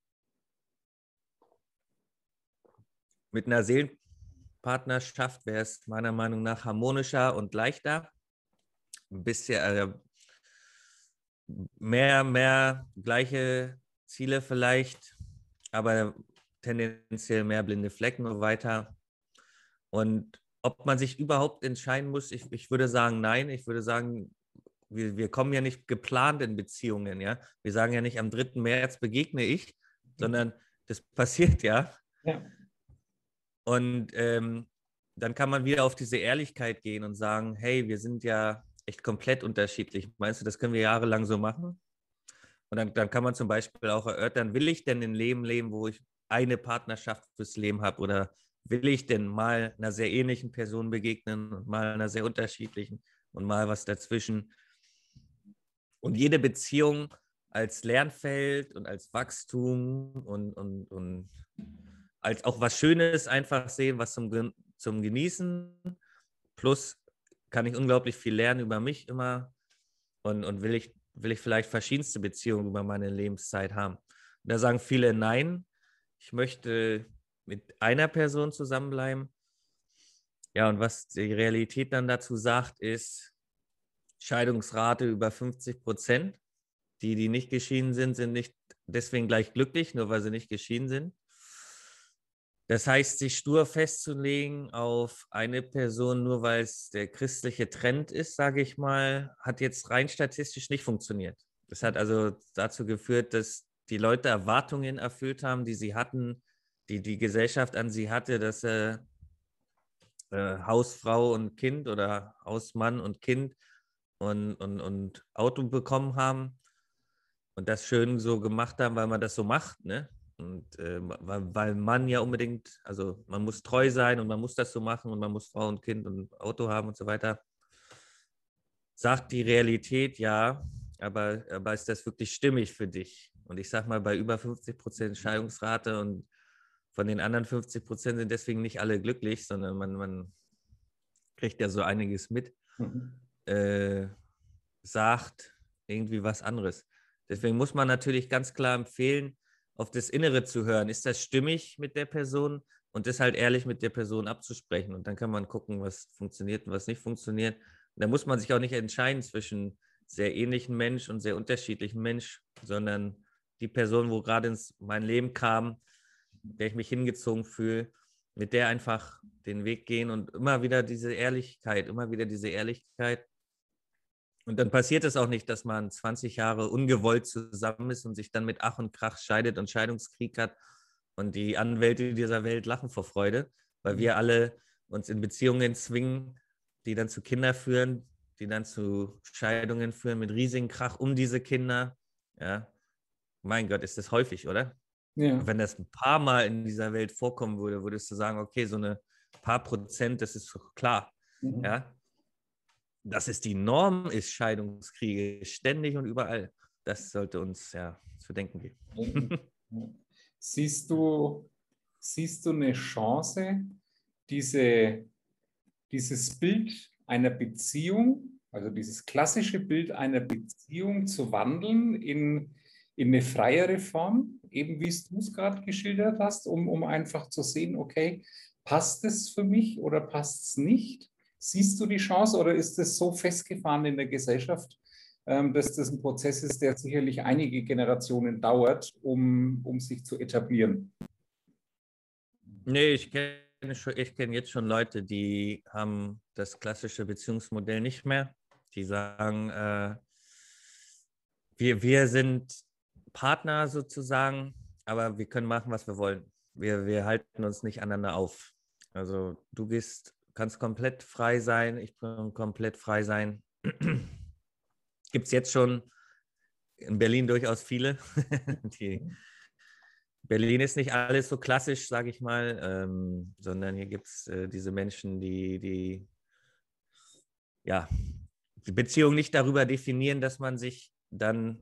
mit einer Seelenpartnerschaft wäre es meiner Meinung nach harmonischer und leichter. Ein bisschen äh, mehr, mehr gleiche Ziele vielleicht, aber tendenziell mehr blinde Flecken und weiter. Und ob man sich überhaupt entscheiden muss, ich, ich würde sagen, nein. Ich würde sagen, wir, wir kommen ja nicht geplant in Beziehungen, ja. Wir sagen ja nicht, am dritten März begegne ich, sondern das passiert ja. Ja. Und ähm, dann kann man wieder auf diese Ehrlichkeit gehen und sagen, hey, wir sind ja echt komplett unterschiedlich. Meinst du, das können wir jahrelang so machen? Und dann, dann kann man zum Beispiel auch erörtern, will ich denn ein Leben leben, wo ich eine Partnerschaft fürs Leben habe, oder will ich denn mal einer sehr ähnlichen Person begegnen und mal einer sehr unterschiedlichen und mal was dazwischen? Und jede Beziehung als Lernfeld und als Wachstum und, und, und als auch was Schönes einfach sehen, was zum, zum Genießen. Plus kann ich unglaublich viel lernen über mich immer und, und will ich will ich vielleicht verschiedenste Beziehungen über meine Lebenszeit haben. Und da sagen viele nein, ich möchte mit einer Person zusammenbleiben. Ja, und was die Realität dann dazu sagt, ist Scheidungsrate über fünfzig Prozent. Die, die nicht geschieden sind, sind nicht deswegen gleich glücklich, nur weil sie nicht geschieden sind. Das heißt, sich stur festzulegen auf eine Person, nur weil es der christliche Trend ist, sage ich mal, hat jetzt rein statistisch nicht funktioniert. Das hat also dazu geführt, dass die Leute Erwartungen erfüllt haben, die sie hatten, die die Gesellschaft an sie hatte, dass sie äh, Hausfrau und Kind oder Hausmann und Kind und, und, und Auto bekommen haben und das schön so gemacht haben, weil man das so macht, ne? Und äh, weil, weil man ja unbedingt, also man muss treu sein und man muss das so machen und man muss Frau und Kind und Auto haben und so weiter. Sagt die Realität, ja, aber, aber ist das wirklich stimmig für dich? Und ich sag mal, bei über fünfzig Prozent Scheidungsrate und von den anderen fünfzig Prozent sind deswegen nicht alle glücklich, sondern man, man kriegt ja so einiges mit, mhm. äh, sagt irgendwie was anderes. Deswegen muss man natürlich ganz klar empfehlen, auf das Innere zu hören. Ist das stimmig mit der Person? Und das halt ehrlich mit der Person abzusprechen. Und dann kann man gucken, was funktioniert und was nicht funktioniert. Und da muss man sich auch nicht entscheiden zwischen sehr ähnlichen Mensch und sehr unterschiedlichen Mensch, sondern die Person, wo gerade ins mein Leben kam, der ich mich hingezogen fühle, mit der einfach den Weg gehen und immer wieder diese Ehrlichkeit, immer wieder diese Ehrlichkeit. Und dann passiert es auch nicht, dass man zwanzig Jahre ungewollt zusammen ist und sich dann mit Ach und Krach scheidet und Scheidungskrieg hat und die Anwälte dieser Welt lachen vor Freude, weil wir alle uns in Beziehungen zwingen, die dann zu Kindern führen, die dann zu Scheidungen führen mit riesigen Krach um diese Kinder. Ja, mein Gott, ist das häufig, oder? Ja. Wenn das ein paar Mal in dieser Welt vorkommen würde, würdest du sagen, okay, so eine paar Prozent, das ist doch klar. Mhm. Ja, dass es die Norm ist, Scheidungskriege ständig und überall. Das sollte uns ja zu denken geben. Siehst du, siehst du eine Chance, diese, dieses Bild einer Beziehung, also dieses klassische Bild einer Beziehung zu wandeln in, in eine freiere Form, eben wie du es gerade geschildert hast, um, um einfach zu sehen, okay, passt es für mich oder passt es nicht? Siehst du die Chance oder ist es so festgefahren in der Gesellschaft, dass das ein Prozess ist, der sicherlich einige Generationen dauert, um, um sich zu etablieren? Nee, ich kenne ich kenn jetzt schon Leute, die haben das klassische Beziehungsmodell nicht mehr. Die sagen, äh, wir, wir sind Partner sozusagen, aber wir können machen, was wir wollen. Wir, wir halten uns nicht aneinander auf. Also du gehst, kannst komplett frei sein, ich kann komplett frei sein. Gibt es jetzt schon in Berlin durchaus viele. Die, Berlin ist nicht alles so klassisch, sage ich mal, ähm, sondern hier gibt es äh, diese Menschen, die, die ja, die Beziehung nicht darüber definieren, dass man sich dann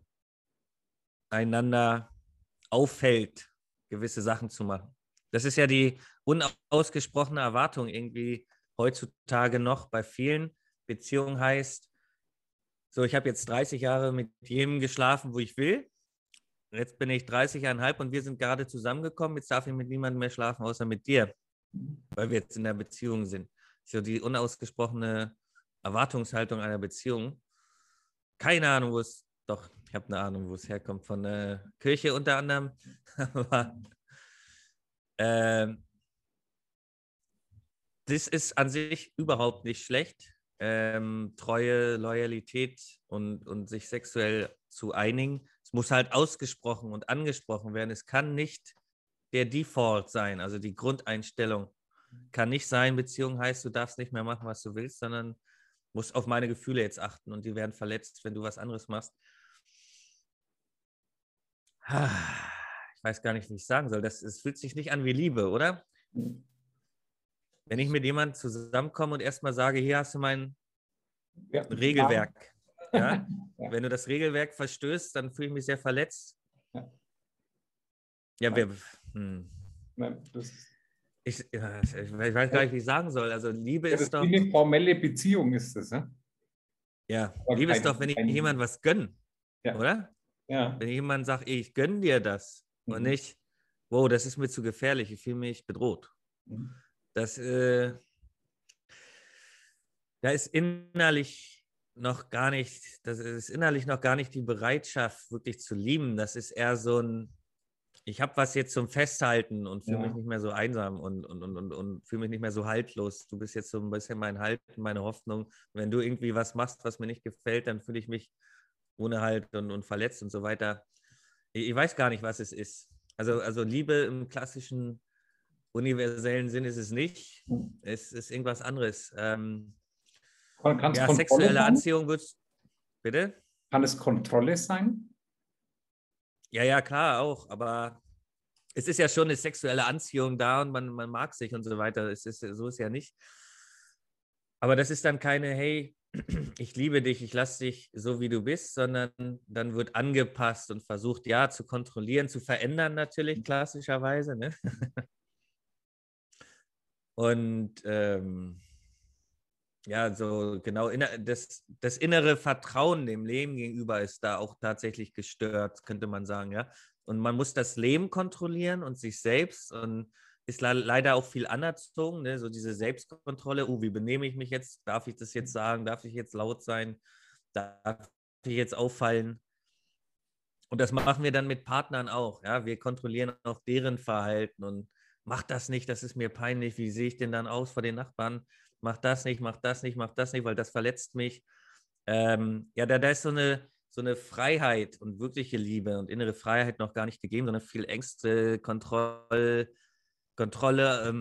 einander aufhält, gewisse Sachen zu machen. Das ist ja die unausgesprochene Erwartung irgendwie heutzutage noch bei vielen. Beziehung heißt, so, ich habe jetzt dreißig Jahre mit jedem geschlafen, wo ich will. Jetzt bin ich dreißig Jahre und und wir sind gerade zusammengekommen. Jetzt darf ich mit niemandem mehr schlafen, außer mit dir, weil wir jetzt in der Beziehung sind. So die unausgesprochene Erwartungshaltung einer Beziehung. Keine Ahnung, wo es, doch, ich habe eine Ahnung, wo es herkommt, von der Kirche unter anderem. Aber äh, das ist an sich überhaupt nicht schlecht. Ähm, Treue, Loyalität und, und sich sexuell zu einigen. Es muss halt ausgesprochen und angesprochen werden. Es kann nicht der Default sein, also die Grundeinstellung kann nicht sein, Beziehung heißt, du darfst nicht mehr machen, was du willst, sondern musst auf meine Gefühle jetzt achten und die werden verletzt, wenn du was anderes machst. Ich weiß gar nicht, wie ich sagen soll. Das, das fühlt sich nicht an wie Liebe, oder? Wenn ich mit jemandem zusammenkomme und erstmal sage, hier hast du mein ja. Regelwerk. Ja? Ja. Wenn du das Regelwerk verstößt, dann fühle ich mich sehr verletzt. Ja, ja wir... Hm. Nein, das ich, ja, ich weiß gar nicht, wie ich sagen soll. Also Liebe ja, ist doch... Wie eine formelle Beziehung ist das, ne? Ja, Aber Liebe ist doch, wenn ich jemandem was gönne, ja. Oder? Ja. Wenn jemand sagt, ich gönne dir das mhm. und nicht, wow, das ist mir zu gefährlich, ich fühle mich bedroht. Mhm. Das, äh, da ist innerlich noch gar nicht, das ist innerlich noch gar nicht die Bereitschaft, wirklich zu lieben. Das ist eher so ein, ich habe was jetzt zum Festhalten und fühle ja. mich nicht mehr so einsam und, und, und, und, und fühle mich nicht mehr so haltlos. Du bist jetzt so ein bisschen mein Halt, meine Hoffnung. Wenn du irgendwie was machst, was mir nicht gefällt, dann fühle ich mich ohne Halt und, und verletzt und so weiter. Ich, ich weiß gar nicht, was es ist. Also, also Liebe im klassischen, universellen Sinn ist es nicht. Es ist irgendwas anderes. Ähm, Kann ja, sexuelle sein? Anziehung wird bitte? Kann es Kontrolle sein? Ja, ja, klar, auch. Aber es ist ja schon eine sexuelle Anziehung da und man, man mag sich und so weiter. Es ist, so ist ja nicht. Aber das ist dann keine, hey, ich liebe dich, ich lasse dich so, wie du bist, sondern dann wird angepasst und versucht, ja, zu kontrollieren, zu verändern natürlich, klassischerweise. Ne? Und ähm, ja, so genau, das, das innere Vertrauen dem Leben gegenüber ist da auch tatsächlich gestört, könnte man sagen, ja. Und man muss das Leben kontrollieren und sich selbst und ist le leider auch viel anerzogen, ne? So diese Selbstkontrolle, oh, wie benehme ich mich jetzt? Darf ich das jetzt sagen? Darf ich jetzt laut sein? Darf ich jetzt auffallen? Und das machen wir dann mit Partnern auch, ja. Wir kontrollieren auch deren Verhalten und mach das nicht, das ist mir peinlich, wie sehe ich denn dann aus vor den Nachbarn? Mach das nicht, mach das nicht, mach das nicht, weil das verletzt mich. Ähm, ja, da, da ist so eine, so eine Freiheit und wirkliche Liebe und innere Freiheit noch gar nicht gegeben, sondern viel Ängste, Kontroll, Kontrolle, ähm,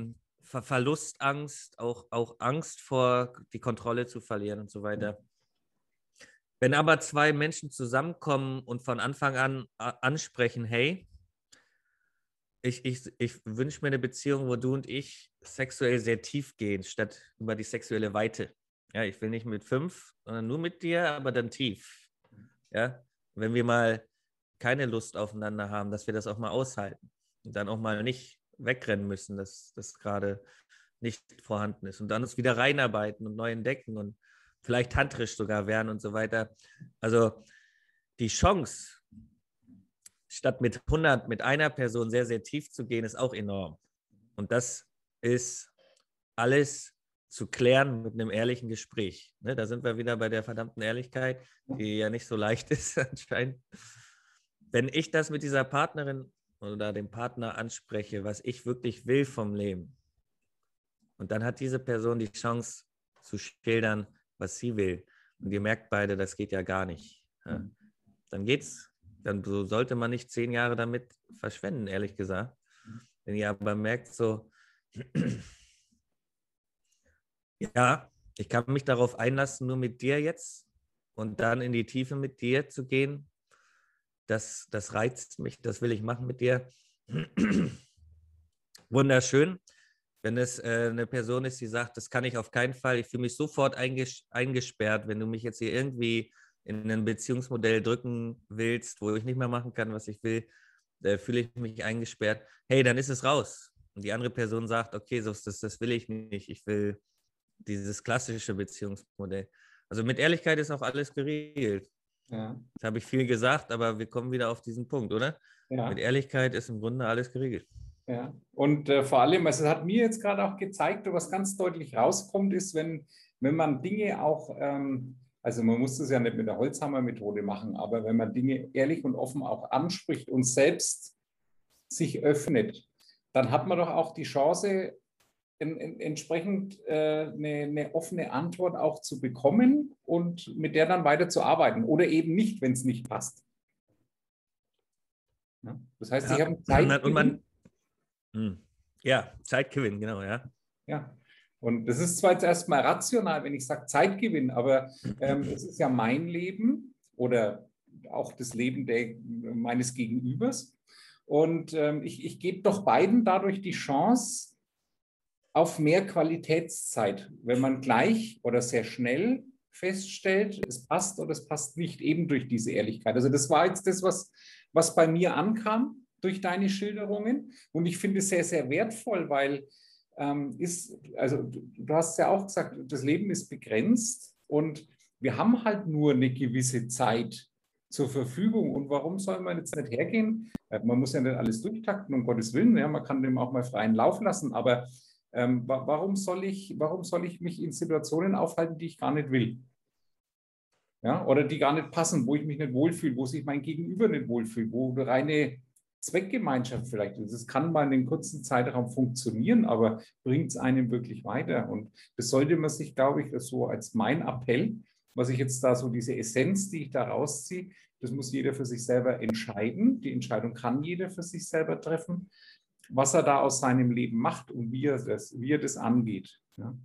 Ver Verlustangst, auch, auch Angst vor die Kontrolle zu verlieren und so weiter. Wenn aber zwei Menschen zusammenkommen und von Anfang an ansprechen, hey, ich, ich, ich wünsche mir eine Beziehung, wo du und ich sexuell sehr tief gehen, statt über die sexuelle Weite. Ja, ich will nicht mit fünf, sondern nur mit dir, aber dann tief. Ja, wenn wir mal keine Lust aufeinander haben, dass wir das auch mal aushalten und dann auch mal nicht wegrennen müssen, dass das gerade nicht vorhanden ist und dann uns wieder reinarbeiten und neu entdecken und vielleicht tantrisch sogar werden und so weiter. Also die Chance, statt mit hundert, mit einer Person sehr, sehr tief zu gehen, ist auch enorm. Und das ist alles zu klären mit einem ehrlichen Gespräch. Ne, da sind wir wieder bei der verdammten Ehrlichkeit, die ja nicht so leicht ist anscheinend. Wenn ich das mit dieser Partnerin oder dem Partner anspreche, was ich wirklich will vom Leben, und dann hat diese Person die Chance zu schildern, was sie will. Und ihr merkt beide, das geht ja gar nicht. Ja? Dann geht's. Dann so sollte man nicht zehn Jahre damit verschwenden, ehrlich gesagt. Wenn ihr aber merkt, so, ja, ich kann mich darauf einlassen, nur mit dir jetzt und dann in die Tiefe mit dir zu gehen, das, das reizt mich, das will ich machen mit dir. Wunderschön. Wenn es äh, eine Person ist, die sagt, das kann ich auf keinen Fall, ich fühle mich sofort einges eingesperrt, wenn du mich jetzt hier irgendwie in ein Beziehungsmodell drücken willst, wo ich nicht mehr machen kann, was ich will, äh, fühle ich mich eingesperrt. Hey, dann ist es raus. Und die andere Person sagt, okay, das, das, das will ich nicht, ich will dieses klassische Beziehungsmodell. Also mit Ehrlichkeit ist auch alles geregelt. Ja. Das habe ich viel gesagt, aber wir kommen wieder auf diesen Punkt, oder? Ja. Mit Ehrlichkeit ist im Grunde alles geregelt. Ja, und äh, vor allem, also es hat mir jetzt gerade auch gezeigt, was ganz deutlich rauskommt, ist, wenn, wenn man Dinge auch, ähm, also man muss das ja nicht mit der Holzhammer-Methode machen, aber wenn man Dinge ehrlich und offen auch anspricht und selbst sich öffnet, dann hat man doch auch die Chance, en, en, entsprechend äh, eine, eine offene Antwort auch zu bekommen und mit der dann weiter zu arbeiten oder eben nicht, wenn es nicht passt. Ja? Das heißt, Ja. ich habe Zeit. Und man, ja, Zeitgewinn, genau, ja. Ja, und das ist zwar jetzt erstmal rational, wenn ich sage Zeitgewinn, aber ähm, es ist ja mein Leben oder auch das Leben der, meines Gegenübers. Und ähm, ich, ich gebe doch beiden dadurch die Chance auf mehr Qualitätszeit, wenn man gleich oder sehr schnell feststellt, es passt oder es passt nicht, eben durch diese Ehrlichkeit. Also das war jetzt das, was, was bei mir ankam durch deine Schilderungen. Und ich finde es sehr, sehr wertvoll, weil ähm, ist, also du, du hast ja auch gesagt, das Leben ist begrenzt und wir haben halt nur eine gewisse Zeit zur Verfügung. Und warum soll man jetzt nicht hergehen? Man muss ja nicht alles durchtakten, um Gottes Willen. Ja, man kann dem auch mal freien Lauf lassen. Aber ähm, warum soll ich, warum soll ich mich in Situationen aufhalten, die ich gar nicht will? Ja, oder die gar nicht passen, wo ich mich nicht wohlfühle, wo sich mein Gegenüber nicht wohlfühlt, wo eine reine Zweckgemeinschaft vielleicht ist. Es kann mal in einem kurzen Zeitraum funktionieren, aber bringt es einem wirklich weiter? Und das sollte man sich, glaube ich, so als mein Appell, was ich jetzt da so diese Essenz, die ich da rausziehe, das muss jeder für sich selber entscheiden. Die Entscheidung kann jeder für sich selber treffen, was er da aus seinem Leben macht und wie er das, wie er das angeht. Ja.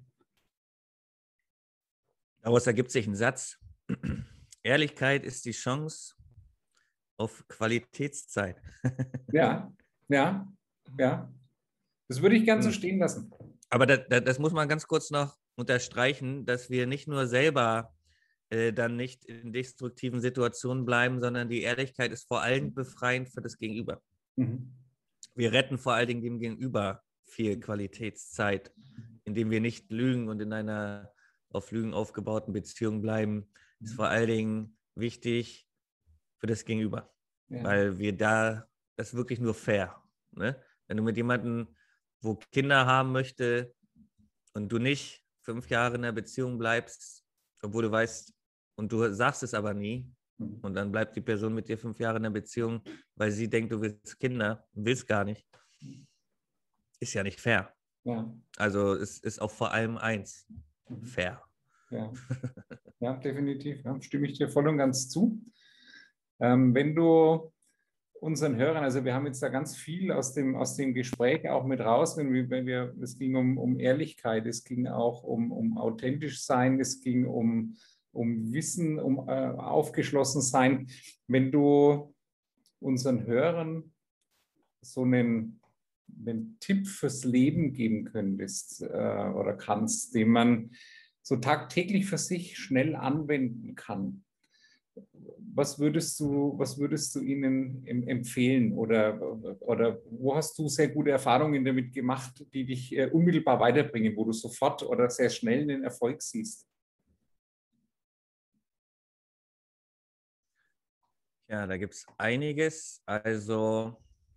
Daraus ergibt sich ein Satz. Ehrlichkeit ist die Chance auf Qualitätszeit. Ja, ja, ja. Das würde ich gern so stehen lassen. Aber das, das muss man ganz kurz noch unterstreichen, dass wir nicht nur selber äh, dann nicht in destruktiven Situationen bleiben, sondern die Ehrlichkeit ist vor allem befreiend für das Gegenüber. Mhm. Wir retten vor allen Dingen dem Gegenüber viel Qualitätszeit, indem wir nicht lügen und in einer auf Lügen aufgebauten Beziehung bleiben, ist vor allen Dingen wichtig für das Gegenüber. Ja. Weil wir da, das ist wirklich nur fair. Ne? Wenn du mit jemandem, wo Kinder haben möchte und du nicht fünf Jahre in einer Beziehung bleibst, obwohl du weißt, und du sagst es aber nie, und dann bleibt die Person mit dir fünf Jahre in einer Beziehung, weil sie denkt, du willst Kinder und willst gar nicht, ist ja nicht fair. Ja. Also es ist auch vor allem eins, fair. Ja, ja definitiv. Ja, stimme ich dir voll und ganz zu. Ähm, wenn du unseren Hörern, also wir haben jetzt da ganz viel aus dem, aus dem Gespräch auch mit raus, wenn wir, wenn wir, es ging um, um Ehrlichkeit, es ging auch um, um authentisch sein, es ging um, um Wissen, um äh, aufgeschlossen sein. Wenn du unseren Hörern so einen, einen Tipp fürs Leben geben könntest äh, oder kannst, den man so tagtäglich für sich schnell anwenden kann, was würdest du, was würdest du ihnen empfehlen oder, oder wo hast du sehr gute Erfahrungen damit gemacht, die dich äh, unmittelbar weiterbringen, wo du sofort oder sehr schnell einen Erfolg siehst? Ja, da gibt es einiges. Also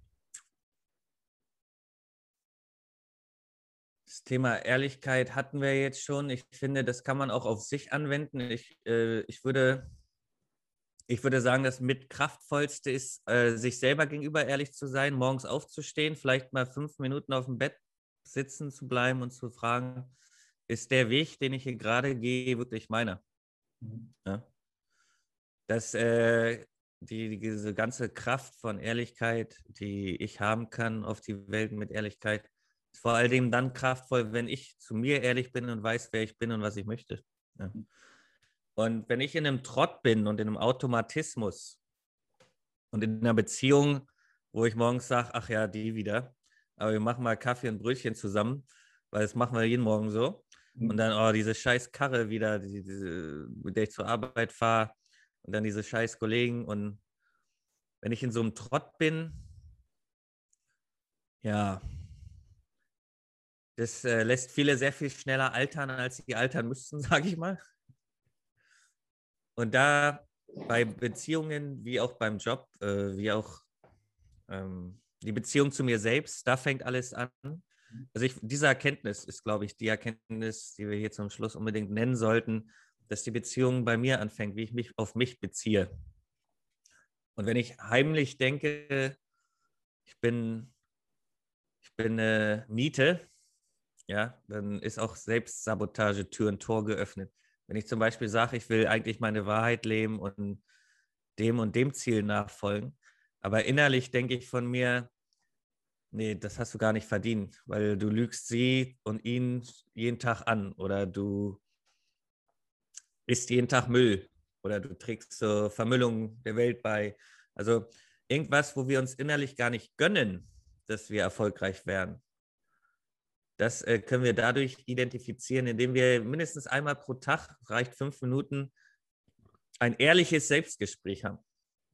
das Thema Ehrlichkeit hatten wir jetzt schon. Ich finde, das kann man auch auf sich anwenden. Ich, äh, ich würde... Ich würde sagen, das mit kraftvollste ist, äh, sich selber gegenüber ehrlich zu sein, morgens aufzustehen, vielleicht mal fünf Minuten auf dem Bett sitzen zu bleiben und zu fragen, ist der Weg, den ich hier gerade gehe, wirklich meiner? Mhm. Ja? Dass äh, die, diese ganze Kraft von Ehrlichkeit, die ich haben kann auf die Welt mit Ehrlichkeit, ist vor allem dann kraftvoll, wenn ich zu mir ehrlich bin und weiß, wer ich bin und was ich möchte. Ja. Und wenn ich in einem Trott bin und in einem Automatismus und in einer Beziehung, wo ich morgens sage, ach ja, die wieder, aber wir machen mal Kaffee und Brötchen zusammen, weil das machen wir jeden Morgen so. Und dann, oh, diese scheiß Karre wieder, die, diese, mit der ich zur Arbeit fahre und dann diese scheiß Kollegen. Und wenn ich in so einem Trott bin, ja, das äh, lässt viele sehr viel schneller altern, als sie altern müssten, sage ich mal. Und da bei Beziehungen, wie auch beim Job, äh, wie auch ähm, die Beziehung zu mir selbst, da fängt alles an. Also ich, diese Erkenntnis ist, glaube ich, die Erkenntnis, die wir hier zum Schluss unbedingt nennen sollten, dass die Beziehung bei mir anfängt, wie ich mich auf mich beziehe. Und wenn ich heimlich denke, ich bin, ich bin eine Niete, ja, dann ist auch Selbstsabotage Tür und Tor geöffnet. Wenn ich zum Beispiel sage, ich will eigentlich meine Wahrheit leben und dem und dem Ziel nachfolgen, aber innerlich denke ich von mir, nee, das hast du gar nicht verdient, weil du lügst sie und ihn jeden Tag an oder du isst jeden Tag Müll oder du trägst zur Vermüllung der Welt bei. Also irgendwas, wo wir uns innerlich gar nicht gönnen, dass wir erfolgreich werden. Das äh, können wir dadurch identifizieren, indem wir mindestens einmal pro Tag, reicht fünf Minuten, ein ehrliches Selbstgespräch haben.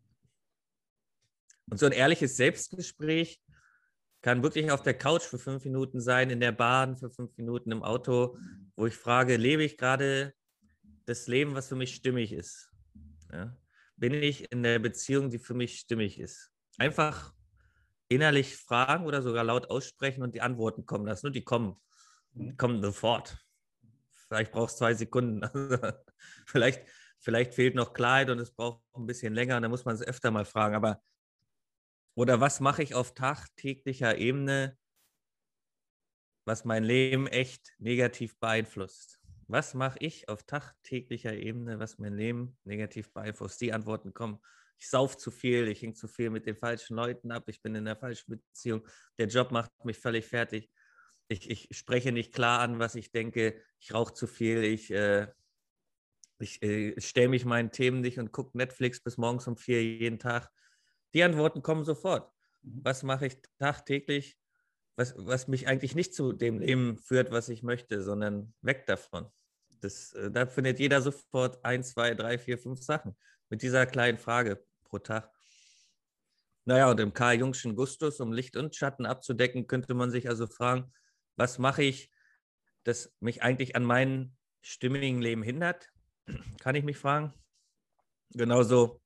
Und so ein ehrliches Selbstgespräch kann wirklich auf der Couch für fünf Minuten sein, in der Bahn für fünf Minuten, im Auto, wo ich frage, lebe ich gerade das Leben, was für mich stimmig ist? Ja? Bin ich in der Beziehung, die für mich stimmig ist? Einfach innerlich fragen oder sogar laut aussprechen und die Antworten kommen lassen. Und die kommen, die kommen sofort. Vielleicht braucht es zwei Sekunden. vielleicht, vielleicht fehlt noch Klarheit und es braucht ein bisschen länger und dann muss man es öfter mal fragen. Aber oder was mache ich auf tagtäglicher Ebene, was mein Leben echt negativ beeinflusst? Was mache ich auf tagtäglicher Ebene, was mein Leben negativ beeinflusst? Die Antworten kommen. Ich sauf zu viel, ich hänge zu viel mit den falschen Leuten ab, ich bin in einer falschen Beziehung, der Job macht mich völlig fertig, ich, ich spreche nicht klar an, was ich denke, ich rauche zu viel, ich, äh, ich äh, stelle mich meinen Themen nicht und gucke Netflix bis morgens um vier jeden Tag. Die Antworten kommen sofort. Was mache ich tagtäglich, was, was mich eigentlich nicht zu dem Leben führt, was ich möchte, sondern weg davon? Das, äh, da findet jeder sofort ein, zwei, drei, vier, fünf Sachen mit dieser kleinen Frage pro Tag. Naja, und im Karl Jungschen Gustus, um Licht und Schatten abzudecken, könnte man sich also fragen, was mache ich, das mich eigentlich an meinem stimmigen Leben hindert? Kann ich mich fragen. Genauso,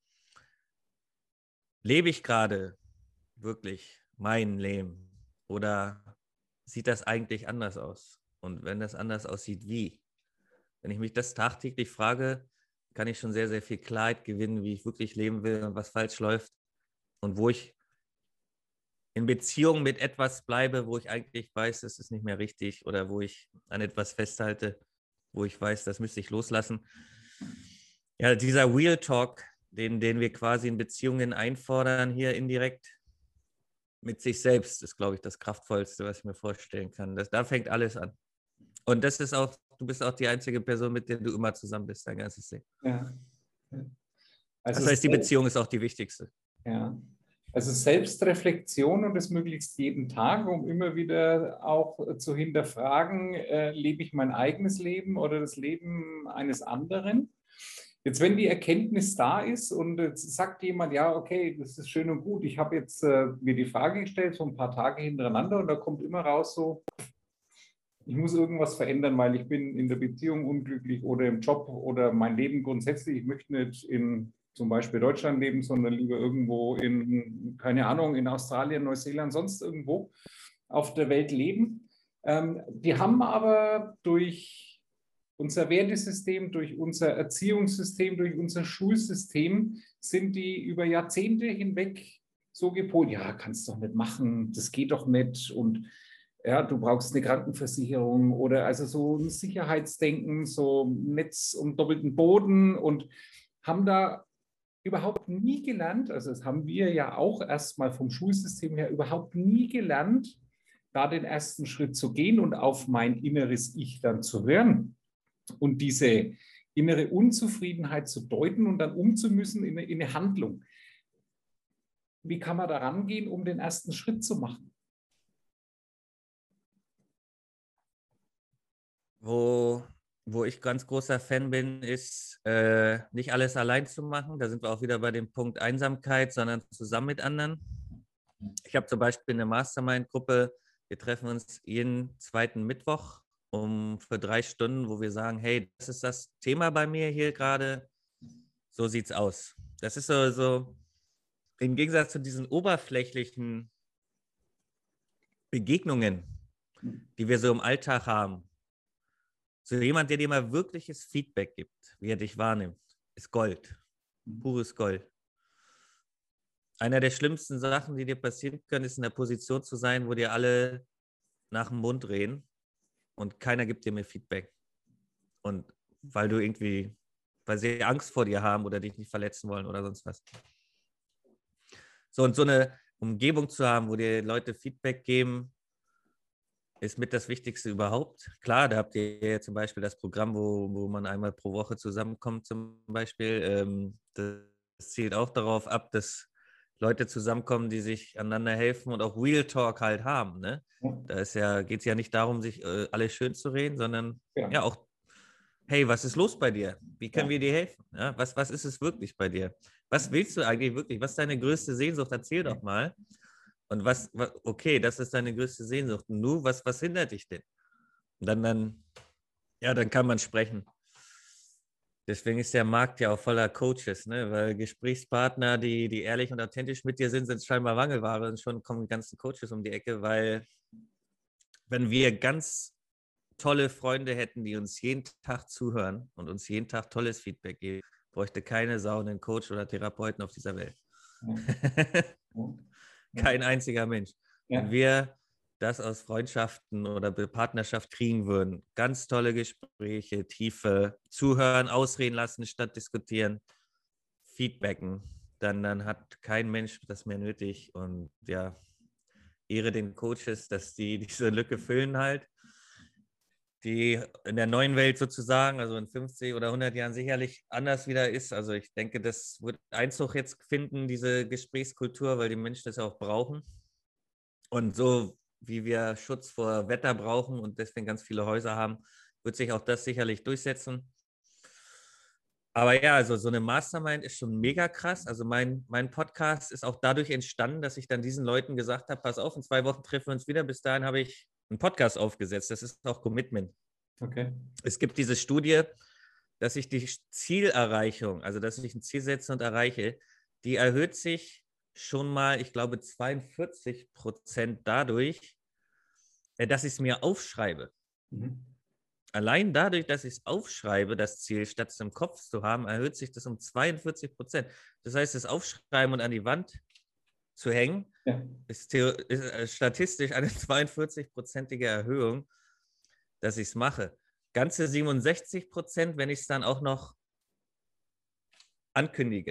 lebe ich gerade wirklich mein Leben oder sieht das eigentlich anders aus? Und wenn das anders aussieht, wie? Wenn ich mich das tagtäglich frage, kann ich schon sehr, sehr viel Klarheit gewinnen, wie ich wirklich leben will und was falsch läuft und wo ich in Beziehung mit etwas bleibe, wo ich eigentlich weiß, es ist nicht mehr richtig oder wo ich an etwas festhalte, wo ich weiß, das müsste ich loslassen. Ja, dieser Real Talk, den, den wir quasi in Beziehungen einfordern, hier indirekt mit sich selbst, ist, glaube ich, das Kraftvollste, was ich mir vorstellen kann. Das, da fängt alles an. Und das ist auch, du bist auch die einzige Person, mit der du immer zusammen bist, dein ganzes Leben. Ja. Also das heißt, die Beziehung ist auch die wichtigste. Ja. Also Selbstreflexion und das möglichst jeden Tag, um immer wieder auch zu hinterfragen, äh, lebe ich mein eigenes Leben oder das Leben eines anderen? Jetzt, wenn die Erkenntnis da ist und jetzt sagt jemand, ja, okay, das ist schön und gut, ich habe jetzt äh, mir die Frage gestellt, so ein paar Tage hintereinander und da kommt immer raus so, ich muss irgendwas verändern, weil ich bin in der Beziehung unglücklich oder im Job oder mein Leben grundsätzlich, ich möchte nicht in zum Beispiel Deutschland leben, sondern lieber irgendwo in, keine Ahnung, in Australien, Neuseeland, sonst irgendwo auf der Welt leben. Ähm, die haben aber durch unser Wertesystem, durch unser Erziehungssystem, durch unser Schulsystem sind die über Jahrzehnte hinweg so gepolt, ja, kannst doch nicht machen, das geht doch nicht und ja, du brauchst eine Krankenversicherung oder also so ein Sicherheitsdenken, so Netz um doppelten Boden und haben da überhaupt nie gelernt, also das haben wir ja auch erstmal vom Schulsystem her überhaupt nie gelernt, da den ersten Schritt zu gehen und auf mein inneres Ich dann zu hören und diese innere Unzufriedenheit zu deuten und dann umzumüssen in eine, in eine Handlung. Wie kann man da rangehen, um den ersten Schritt zu machen? Wo, wo ich ganz großer Fan bin, ist äh, nicht alles allein zu machen. Da sind wir auch wieder bei dem Punkt Einsamkeit, sondern zusammen mit anderen. Ich habe zum Beispiel eine Mastermind-Gruppe. Wir treffen uns jeden zweiten Mittwoch um für drei Stunden, wo wir sagen, hey, das ist das Thema bei mir hier gerade. So sieht's aus. Das ist so, so im Gegensatz zu diesen oberflächlichen Begegnungen, die wir so im Alltag haben. So jemand, der dir mal wirkliches Feedback gibt, wie er dich wahrnimmt, ist Gold. Pures Gold. Einer der schlimmsten Sachen, die dir passieren können, ist in der Position zu sein, wo dir alle nach dem Mund reden und keiner gibt dir mehr Feedback. Und weil du irgendwie, weil sie Angst vor dir haben oder dich nicht verletzen wollen oder sonst was. So, und so eine Umgebung zu haben, wo dir Leute Feedback geben, ist mit das Wichtigste überhaupt. Klar, da habt ihr zum Beispiel das Programm, wo, wo man einmal pro Woche zusammenkommt zum Beispiel. Ähm, das zielt auch darauf ab, dass Leute zusammenkommen, die sich aneinander helfen und auch Real Talk halt haben. Ne? Da ist ja, geht es ja nicht darum, sich äh, alles schön zu reden, sondern ja. ja auch, hey, was ist los bei dir? Wie können ja. wir dir helfen? Ja, was, was ist es wirklich bei dir? Was willst du eigentlich wirklich? Was ist deine größte Sehnsucht? Erzähl doch mal. Und was, okay, das ist deine größte Sehnsucht. Und du, was, was hindert dich denn? Und dann, dann, ja, dann kann man sprechen. Deswegen ist der Markt ja auch voller Coaches, ne? Weil Gesprächspartner, die, die ehrlich und authentisch mit dir sind, sind scheinbar Mangelware und schon kommen die ganzen Coaches um die Ecke, weil wenn wir ganz tolle Freunde hätten, die uns jeden Tag zuhören und uns jeden Tag tolles Feedback geben, bräuchte keine Sau einen Coach oder Therapeuten auf dieser Welt. Ja. Kein einziger Mensch. Ja. Wenn wir das aus Freundschaften oder Partnerschaft kriegen würden, ganz tolle Gespräche, tiefe, zuhören, ausreden lassen statt diskutieren, feedbacken, dann, dann hat kein Mensch das mehr nötig. Und ja, Ehre den Coaches, dass die diese Lücke füllen halt, die in der neuen Welt sozusagen, also in fünfzig oder hundert Jahren sicherlich anders wieder ist. Also ich denke, das wird Einzug jetzt finden, diese Gesprächskultur, weil die Menschen das auch brauchen. Und so wie wir Schutz vor Wetter brauchen und deswegen ganz viele Häuser haben, wird sich auch das sicherlich durchsetzen. Aber ja, also so eine Mastermind ist schon mega krass. Also mein, mein Podcast ist auch dadurch entstanden, dass ich dann diesen Leuten gesagt habe, pass auf, in zwei Wochen treffen wir uns wieder. Bis dahin habe ich einen Podcast aufgesetzt. Das ist auch Commitment. Okay. Es gibt diese Studie, dass ich die Zielerreichung, also dass ich ein Ziel setze und erreiche, die erhöht sich schon mal, ich glaube, zweiundvierzig Prozent dadurch, dass ich es mir aufschreibe. Mhm. Allein dadurch, dass ich es aufschreibe, das Ziel, statt es im Kopf zu haben, erhöht sich das um zweiundvierzig Prozent. Das heißt, das Aufschreiben und an die Wand zu hängen, ja. ist, ist statistisch eine zweiundvierzig-prozentige Erhöhung, dass ich es mache. Ganze siebenundsechzig Prozent, wenn ich es dann auch noch ankündige.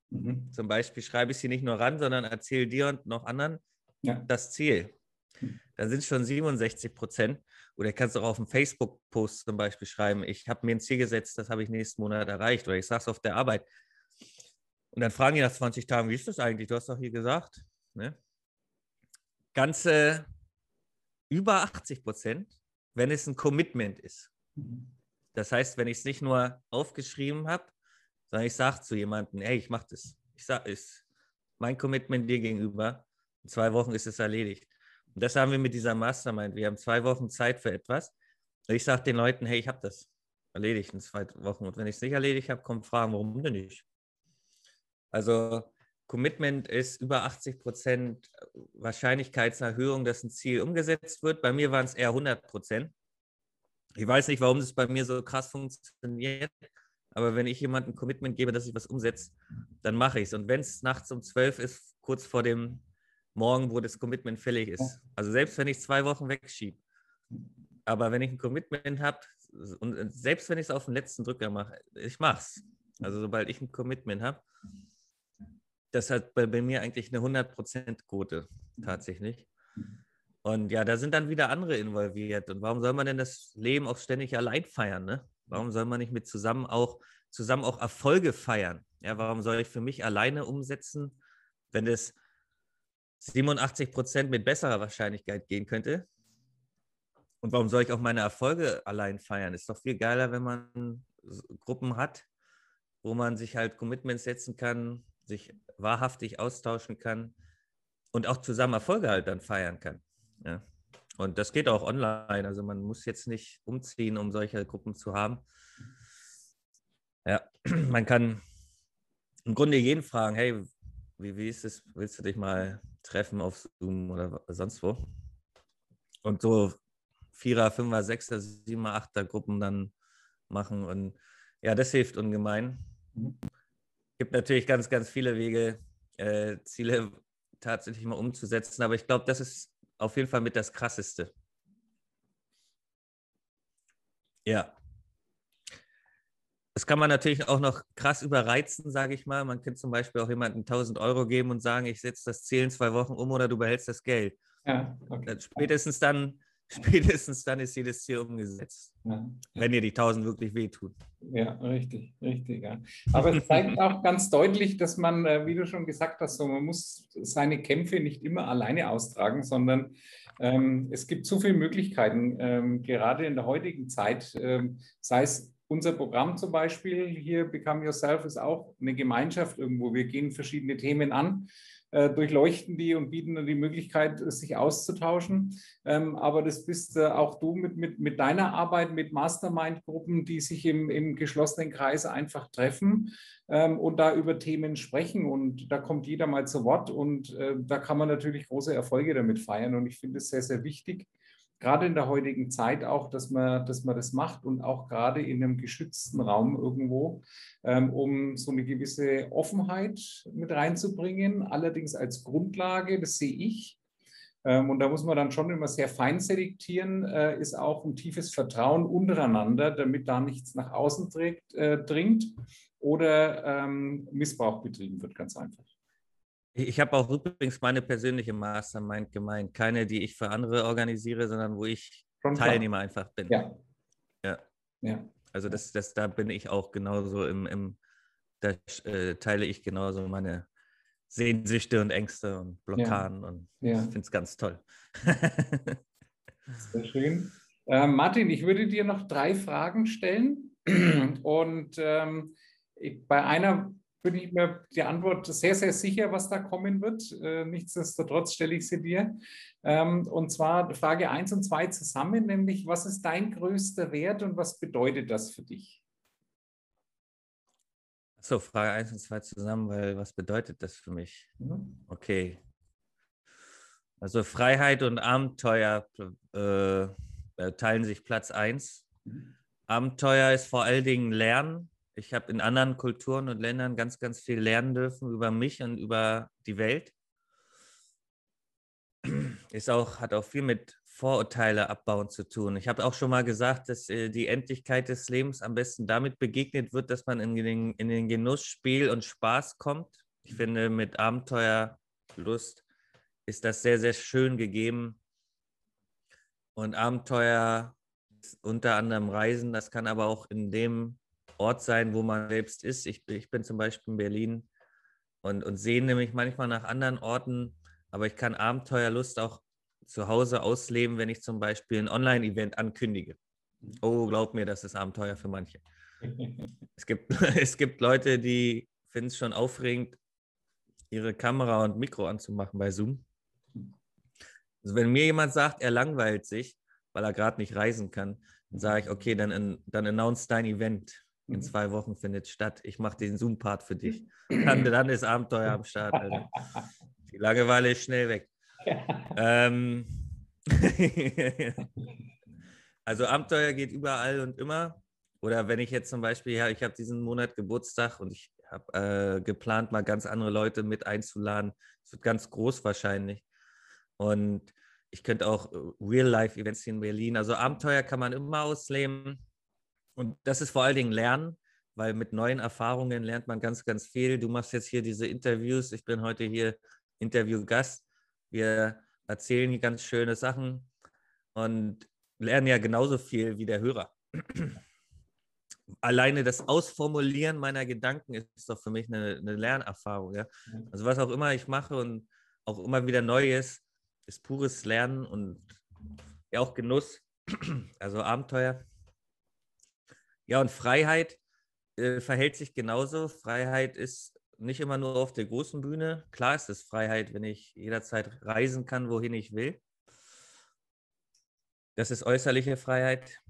Mhm. Zum Beispiel schreibe ich sie nicht nur ran, sondern erzähle dir und noch anderen Ja. das Ziel. Da sind es schon siebenundsechzig Prozent. Oder kannst du auch auf dem Facebook-Post zum Beispiel schreiben, ich habe mir ein Ziel gesetzt, das habe ich nächsten Monat erreicht. Oder ich sage es auf der Arbeit. Und dann fragen die nach zwanzig Tagen, wie ist das eigentlich? Du hast doch hier gesagt. Ne? Ganze über achtzig Prozent, wenn es ein Commitment ist. Mhm. Das heißt, wenn ich es nicht nur aufgeschrieben habe, sondern ich sage zu jemandem, hey, ich mache das. Ich sage, ist mein Commitment dir gegenüber. In zwei Wochen ist es erledigt. Und das haben wir mit dieser Mastermind. Wir haben zwei Wochen Zeit für etwas. Und ich sage den Leuten, hey, ich habe das erledigt in zwei Wochen. Und wenn ich es nicht erledigt habe, kommen Fragen, warum denn nicht? Also Commitment ist über achtzig Prozent Wahrscheinlichkeitserhöhung, dass ein Ziel umgesetzt wird. Bei mir waren es eher hundert Prozent. Ich weiß nicht, warum das bei mir so krass funktioniert, aber wenn ich jemandem ein Commitment gebe, dass ich was umsetze, dann mache ich es. Und wenn es nachts um zwölf ist, kurz vor dem Morgen, wo das Commitment fällig ist. Also selbst wenn ich zwei Wochen wegschiebe. Aber wenn ich ein Commitment habe, und selbst wenn ich es auf den letzten Drücker mache, ich mache es. Also sobald ich ein Commitment habe, das hat bei, bei mir eigentlich eine hundert Prozent Quote tatsächlich. Und ja, da sind dann wieder andere involviert. Und warum soll man denn das Leben auch ständig allein feiern? Ne? Warum soll man nicht mit zusammen auch, zusammen auch Erfolge feiern? Ja, warum soll ich für mich alleine umsetzen, wenn es siebenundachtzig Prozent mit besserer Wahrscheinlichkeit gehen könnte? Und warum soll ich auch meine Erfolge allein feiern? Ist doch viel geiler, wenn man Gruppen hat, wo man sich halt Commitments setzen kann, sich wahrhaftig austauschen kann und auch zusammen Erfolge halt dann feiern kann. Ja. Und das geht auch online. Also man muss jetzt nicht umziehen, um solche Gruppen zu haben. Ja, man kann im Grunde jeden fragen, hey, wie, wie ist es, willst du dich mal treffen auf Zoom oder sonst wo? Und so Vierer, Fünfer, Sechser, Siebener, Achter Gruppen dann machen. Und ja, das hilft ungemein. Gibt natürlich ganz, ganz viele Wege, äh, Ziele tatsächlich mal umzusetzen. Aber ich glaube, das ist auf jeden Fall mit das Krasseste. Ja. Das kann man natürlich auch noch krass überreizen, sage ich mal. Man könnte zum Beispiel auch jemandem tausend Euro geben und sagen, ich setze das Ziel in zwei Wochen um oder du behältst das Geld. Ja, okay. Spätestens dann, spätestens dann ist jedes Ziel umgesetzt. Ja, ja. Wenn dir die tausend wirklich wehtun. Ja, richtig, richtig. Ja. Aber es zeigt auch ganz deutlich, dass man, wie du schon gesagt hast, so, man muss seine Kämpfe nicht immer alleine austragen, sondern ähm, es gibt so viele Möglichkeiten, ähm, gerade in der heutigen Zeit, ähm, sei es unser Programm zum Beispiel, hier Become Yourself ist auch eine Gemeinschaft irgendwo. Wir gehen verschiedene Themen an, äh, durchleuchten die und bieten dann die Möglichkeit, sich auszutauschen. Ähm, aber das bist äh, auch du mit, mit, mit deiner Arbeit, mit Mastermind-Gruppen, die sich im, im geschlossenen Kreis einfach treffen ähm, und da über Themen sprechen. Und da kommt jeder mal zu Wort und äh, da kann man natürlich große Erfolge damit feiern. Und ich finde es sehr, sehr wichtig, gerade in der heutigen Zeit auch, dass man, dass man das macht und auch gerade in einem geschützten Raum irgendwo, ähm, um so eine gewisse Offenheit mit reinzubringen, allerdings als Grundlage, das sehe ich. Ähm, und da muss man dann schon immer sehr fein selektieren, äh, ist auch ein tiefes Vertrauen untereinander, damit da nichts nach außen trägt, äh, dringt oder ähm, Missbrauch betrieben wird, ganz einfach. Ich habe auch übrigens meine persönliche Mastermind gemeint. Keine, die ich für andere organisiere, sondern wo ich Schon klar. Teilnehmer einfach bin. Ja. Ja. Ja. Also das, das, da bin ich auch genauso im, im da äh, teile ich genauso meine Sehnsüchte und Ängste und Blockaden Ja. und Ja. ich finde es ganz toll. Sehr schön. Äh, Martin, ich würde dir noch drei Fragen stellen und ähm, ich, bei einer bin ich mir die Antwort sehr, sehr sicher, was da kommen wird. Äh, nichtsdestotrotz stelle ich sie dir. Ähm, und zwar Frage eins und zwei zusammen, nämlich was ist dein größter Wert und was bedeutet das für dich? So, Frage eins und zwei zusammen, weil was bedeutet das für mich? Mhm. Okay. Also Freiheit und Abenteuer äh, teilen sich Platz eins. Mhm. Abenteuer ist vor allen Dingen Lernen. Ich habe in anderen Kulturen und Ländern ganz, ganz viel lernen dürfen über mich und über die Welt. ist auch, hat auch viel mit Vorurteile abbauen zu tun. Ich habe auch schon mal gesagt, dass äh, die Endlichkeit des Lebens am besten damit begegnet wird, dass man in den, in den Genuss, Spiel und Spaß kommt. Ich finde, mit Abenteuerlust ist das sehr, sehr schön gegeben. Und Abenteuer ist unter anderem Reisen, das kann aber auch in dem Ort sein, wo man selbst ist. Ich, ich bin zum Beispiel in Berlin und, und sehne mich manchmal nach anderen Orten, aber ich kann Abenteuerlust auch zu Hause ausleben, wenn ich zum Beispiel ein Online-Event ankündige. Oh, glaub mir, das ist Abenteuer für manche. Es gibt, es gibt Leute, die finden es schon aufregend, ihre Kamera und Mikro anzumachen bei Zoom. Also wenn mir jemand sagt, er langweilt sich, weil er gerade nicht reisen kann, dann sage ich, okay, dann, dann announce dein Event. In zwei Wochen findet statt. Ich mache den Zoom-Part für dich. Dann, dann ist Abenteuer am Start. Also. Die Langeweile ist schnell weg. ähm, also Abenteuer geht überall und immer. Oder wenn ich jetzt zum Beispiel, ja, ich habe diesen Monat Geburtstag und ich habe äh, geplant, mal ganz andere Leute mit einzuladen. Es wird ganz groß wahrscheinlich. Und ich könnte auch Real-Life-Events in Berlin. Also Abenteuer kann man immer ausleben. Und das ist vor allen Dingen Lernen, weil mit neuen Erfahrungen lernt man ganz, ganz viel. Du machst jetzt hier diese Interviews. Ich bin heute hier Interviewgast. Wir erzählen hier ganz schöne Sachen und lernen ja genauso viel wie der Hörer. Alleine das Ausformulieren meiner Gedanken ist doch für mich eine, eine Lernerfahrung. Ja? Also was auch immer ich mache und auch immer wieder Neues, ist pures Lernen und ja auch Genuss, also Abenteuer. Ja, und Freiheit äh, verhält sich genauso. Freiheit ist nicht immer nur auf der großen Bühne. Klar ist es Freiheit, wenn ich jederzeit reisen kann, wohin ich will. Das ist äußerliche Freiheit.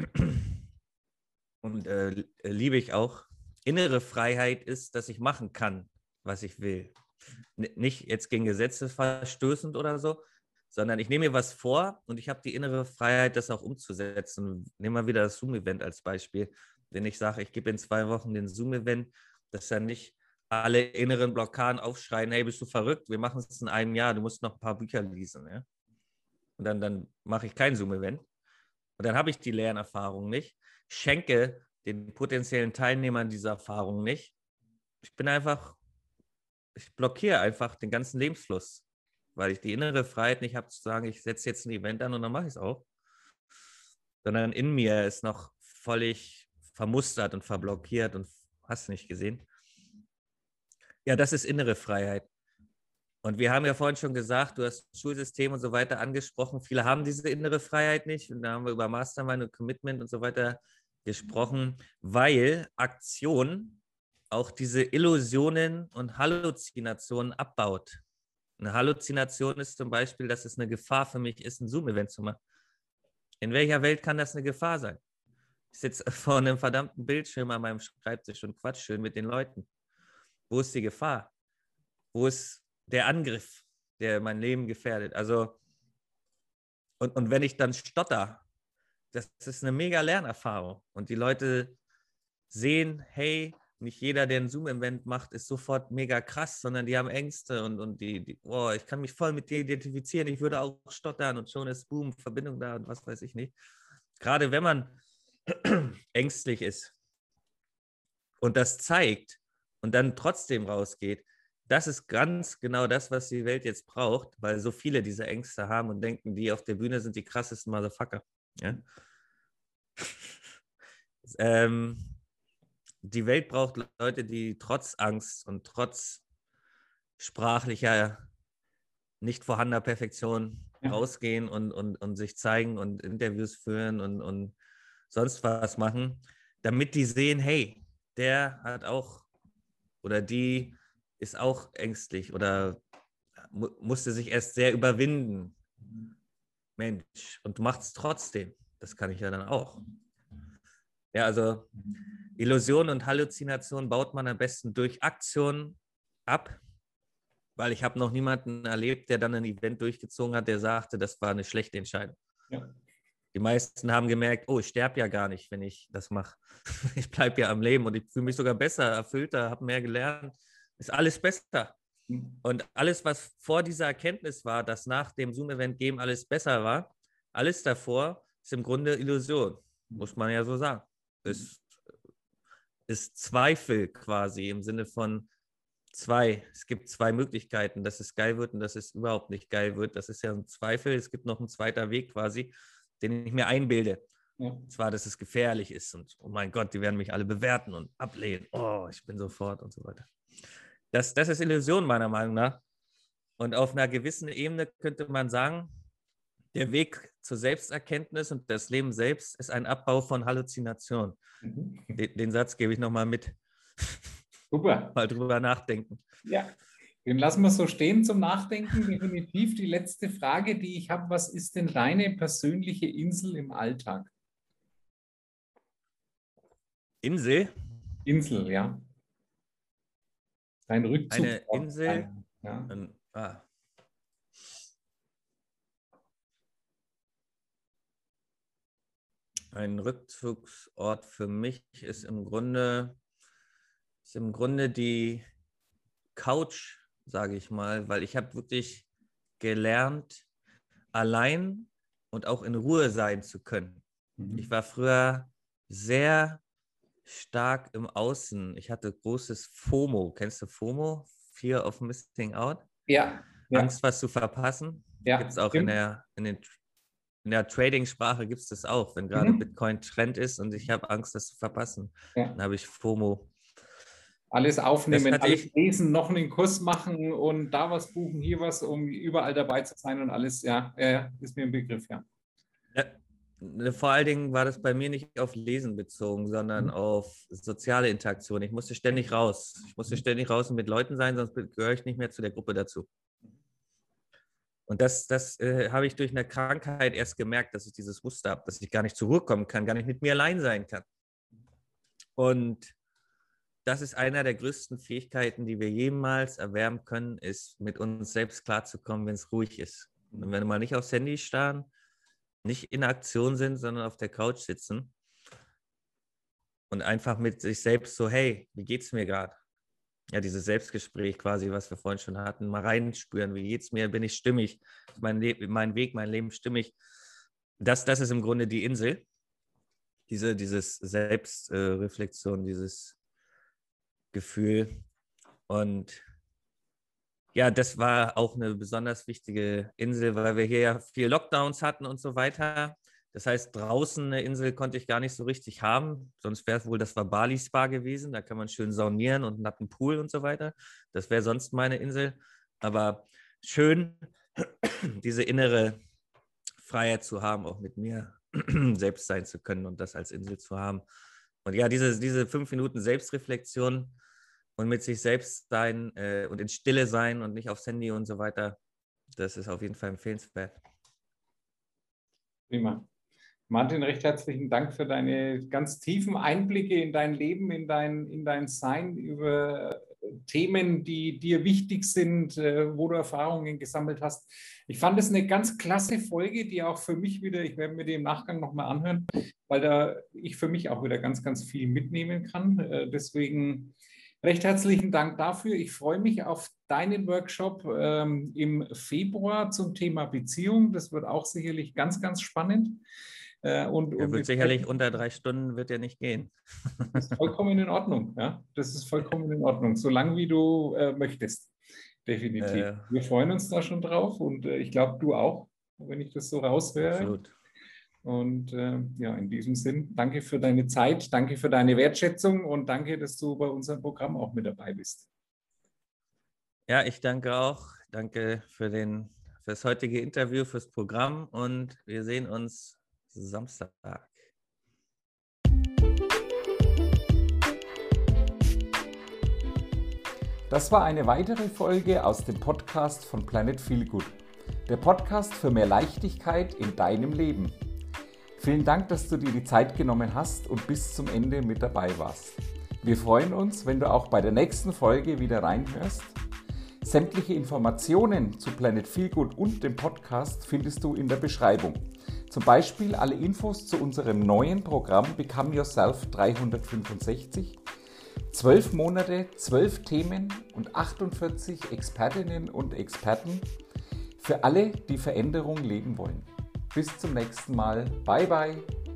Und äh, liebe ich auch. Innere Freiheit ist, dass ich machen kann, was ich will. N- nicht jetzt gegen Gesetze verstößend oder so, sondern ich nehme mir was vor und ich habe die innere Freiheit, das auch umzusetzen. Nehmen wir wieder das Zoom-Event als Beispiel. Wenn ich sage, ich gebe in zwei Wochen den Zoom-Event, dass dann nicht alle inneren Blockaden aufschreien, hey, bist du verrückt? Wir machen es in einem Jahr, du musst noch ein paar Bücher lesen. Ja? Und dann, dann mache ich kein Zoom-Event. Und dann habe ich die Lernerfahrung nicht, schenke den potenziellen Teilnehmern diese Erfahrung nicht. Ich bin einfach, ich blockiere einfach den ganzen Lebensfluss, weil ich die innere Freiheit nicht habe zu sagen, ich setze jetzt ein Event an und dann mache ich es auch. Sondern in mir ist noch völlig vermustert und verblockiert und hast nicht gesehen. Ja, das ist innere Freiheit. Und wir haben ja vorhin schon gesagt, du hast das Schulsystem und so weiter angesprochen. Viele haben diese innere Freiheit nicht. Und da haben wir über Mastermind und Commitment und so weiter gesprochen, weil Aktion auch diese Illusionen und Halluzinationen abbaut. Eine Halluzination ist zum Beispiel, dass es eine Gefahr für mich ist, ein Zoom-Event zu machen. In welcher Welt kann das eine Gefahr sein? Ich sitze vor einem verdammten Bildschirm an meinem Schreibtisch und quatsch schön mit den Leuten. Wo ist die Gefahr? Wo ist der Angriff, der mein Leben gefährdet? Also, und, und wenn ich dann stotter, das ist eine mega Lernerfahrung. Und die Leute sehen, hey, nicht jeder, der ein Zoom-Event macht, ist sofort mega krass, sondern die haben Ängste und, und die, die oh, ich kann mich voll mit dir identifizieren, ich würde auch stottern und schon ist Boom, Verbindung da und was weiß ich nicht. Gerade wenn man ängstlich ist und das zeigt und dann trotzdem rausgeht, das ist ganz genau das, was die Welt jetzt braucht, weil so viele diese Ängste haben und denken, die auf der Bühne sind die krassesten Motherfucker. Ja? ähm, die Welt braucht Leute, die trotz Angst und trotz sprachlicher, nicht vorhandener Perfektion ja. rausgehen und, und, und sich zeigen und Interviews führen und, und sonst was machen, damit die sehen, hey, der hat auch oder die ist auch ängstlich oder mu- musste sich erst sehr überwinden. Mensch, und du machst es trotzdem. Das kann ich ja dann auch. Ja, also Illusion und Halluzination baut man am besten durch Aktion ab, weil ich habe noch niemanden erlebt, der dann ein Event durchgezogen hat, der sagte, das war eine schlechte Entscheidung. Ja. Die meisten haben gemerkt, oh, ich sterbe ja gar nicht, wenn ich das mache. Ich bleibe ja am Leben und ich fühle mich sogar besser, erfüllter, habe mehr gelernt. Ist alles besser. Und alles, was vor dieser Erkenntnis war, dass nach dem Zoom-Event-Game alles besser war, alles davor ist im Grunde Illusion, muss man ja so sagen. Es ist Zweifel quasi im Sinne von zwei. Es gibt zwei Möglichkeiten, dass es geil wird und dass es überhaupt nicht geil wird. Das ist ja ein Zweifel. Es gibt noch einen zweiten Weg quasi, den ich mir einbilde. Ja. Und zwar, dass es gefährlich ist und oh mein Gott, die werden mich alle bewerten und ablehnen. Oh, ich bin sofort und so weiter. Das, das ist Illusion meiner Meinung nach. Und auf einer gewissen Ebene könnte man sagen, der Weg zur Selbsterkenntnis und das Leben selbst ist ein Abbau von Halluzination. Mhm. Den, den Satz gebe ich nochmal mit. Super. Mal drüber nachdenken. Ja, den lassen wir so stehen zum Nachdenken. Definitiv die letzte Frage, die ich habe. Was ist denn deine persönliche Insel im Alltag? Insel? Insel, ja. Dein Rückzug. Eine Insel. Ein, ja. Ein, ah. Ein Rückzugsort für mich ist im Grunde, ist im Grunde die Couch, sage ich mal, weil ich habe wirklich gelernt, allein und auch in Ruhe sein zu können. Mhm. Ich war früher sehr stark im Außen. Ich hatte großes FOMO. Kennst du FOMO? Fear of Missing Out? Ja. ja. Angst, was zu verpassen. Ja. Gibt es auch in der, in, den, in der Trading-Sprache gibt es das auch, wenn gerade mhm. Bitcoin Trend ist und ich habe Angst, das zu verpassen. Ja. Dann habe ich FOMO. Alles aufnehmen, alles ich, lesen, noch einen Kurs machen und da was buchen, hier was, um überall dabei zu sein und alles. Ja, ja ist mir ein Begriff, ja. ja. Vor allen Dingen war das bei mir nicht auf Lesen bezogen, sondern mhm. auf soziale Interaktion. Ich musste ständig raus. Ich musste ständig raus und mit Leuten sein, sonst gehöre ich nicht mehr zu der Gruppe dazu. Und das, das äh, habe ich durch eine Krankheit erst gemerkt, dass ich dieses Muster habe, dass ich gar nicht zur Ruhe kommen kann, gar nicht mit mir allein sein kann. Und das ist einer der größten Fähigkeiten, die wir jemals erwerben können, ist, mit uns selbst klarzukommen, wenn es ruhig ist. Und wenn wir mal nicht aufs Handy starren, nicht in Aktion sind, sondern auf der Couch sitzen und einfach mit sich selbst so, hey, wie geht's mir gerade? Ja, dieses Selbstgespräch quasi, was wir vorhin schon hatten, mal reinspüren, wie geht's mir, bin ich stimmig, ist mein, Le- mein Weg, mein Leben stimmig. Das, das ist im Grunde die Insel, diese dieses Selbstreflexion, äh, dieses Gefühl. Und ja, das war auch eine besonders wichtige Insel, weil wir hier ja viel Lockdowns hatten und so weiter. Das heißt, draußen eine Insel konnte ich gar nicht so richtig haben. Sonst wäre es wohl, das war Bali Spa gewesen. Da kann man schön saunieren und einen natten Pool und so weiter. Das wäre sonst meine Insel. Aber schön, diese innere Freiheit zu haben, auch mit mir selbst sein zu können und das als Insel zu haben. Und ja, diese, diese fünf Minuten Selbstreflexion und mit sich selbst sein äh, und in Stille sein und nicht aufs Handy und so weiter, das ist auf jeden Fall empfehlenswert. Prima. Martin, recht herzlichen Dank für deine ganz tiefen Einblicke in dein Leben, in dein, in dein Sein, über Themen, die dir wichtig sind, äh, wo du Erfahrungen gesammelt hast. Ich fand es eine ganz klasse Folge, die auch für mich wieder, ich werde mir die im Nachgang nochmal anhören, weil da ich für mich auch wieder ganz, ganz viel mitnehmen kann. Äh, deswegen recht herzlichen Dank dafür. Ich freue mich auf deinen Workshop ähm, im Februar zum Thema Beziehung. Das wird auch sicherlich ganz, ganz spannend. Äh, und, er und wird sicherlich unter drei Stunden wird er nicht gehen. Das ist vollkommen in Ordnung. Ja? Das ist vollkommen in Ordnung, solange wie du äh, möchtest. Definitiv. Äh, Wir freuen uns da schon drauf und äh, ich glaube, du auch, wenn ich das so raushöre. Absolut. Und äh, ja, in diesem Sinn, danke für deine Zeit, danke für deine Wertschätzung und danke, dass du bei unserem Programm auch mit dabei bist. Ja, ich danke auch. Danke für, den, für das heutige Interview, fürs Programm und wir sehen uns Samstag. Das war eine weitere Folge aus dem Podcast von Planet Feel Good, der Podcast für mehr Leichtigkeit in deinem Leben. Vielen Dank, dass du dir die Zeit genommen hast und bis zum Ende mit dabei warst. Wir freuen uns, wenn du auch bei der nächsten Folge wieder reinhörst. Sämtliche Informationen zu Planet Feel Good und dem Podcast findest du in der Beschreibung. Zum Beispiel alle Infos zu unserem neuen Programm Become Yourself dreihundertfünfundsechzig, Zwölf Monate, zwölf Themen und achtundvierzig Expertinnen und Experten für alle, die Veränderung leben wollen. Bis zum nächsten Mal. Bye, bye.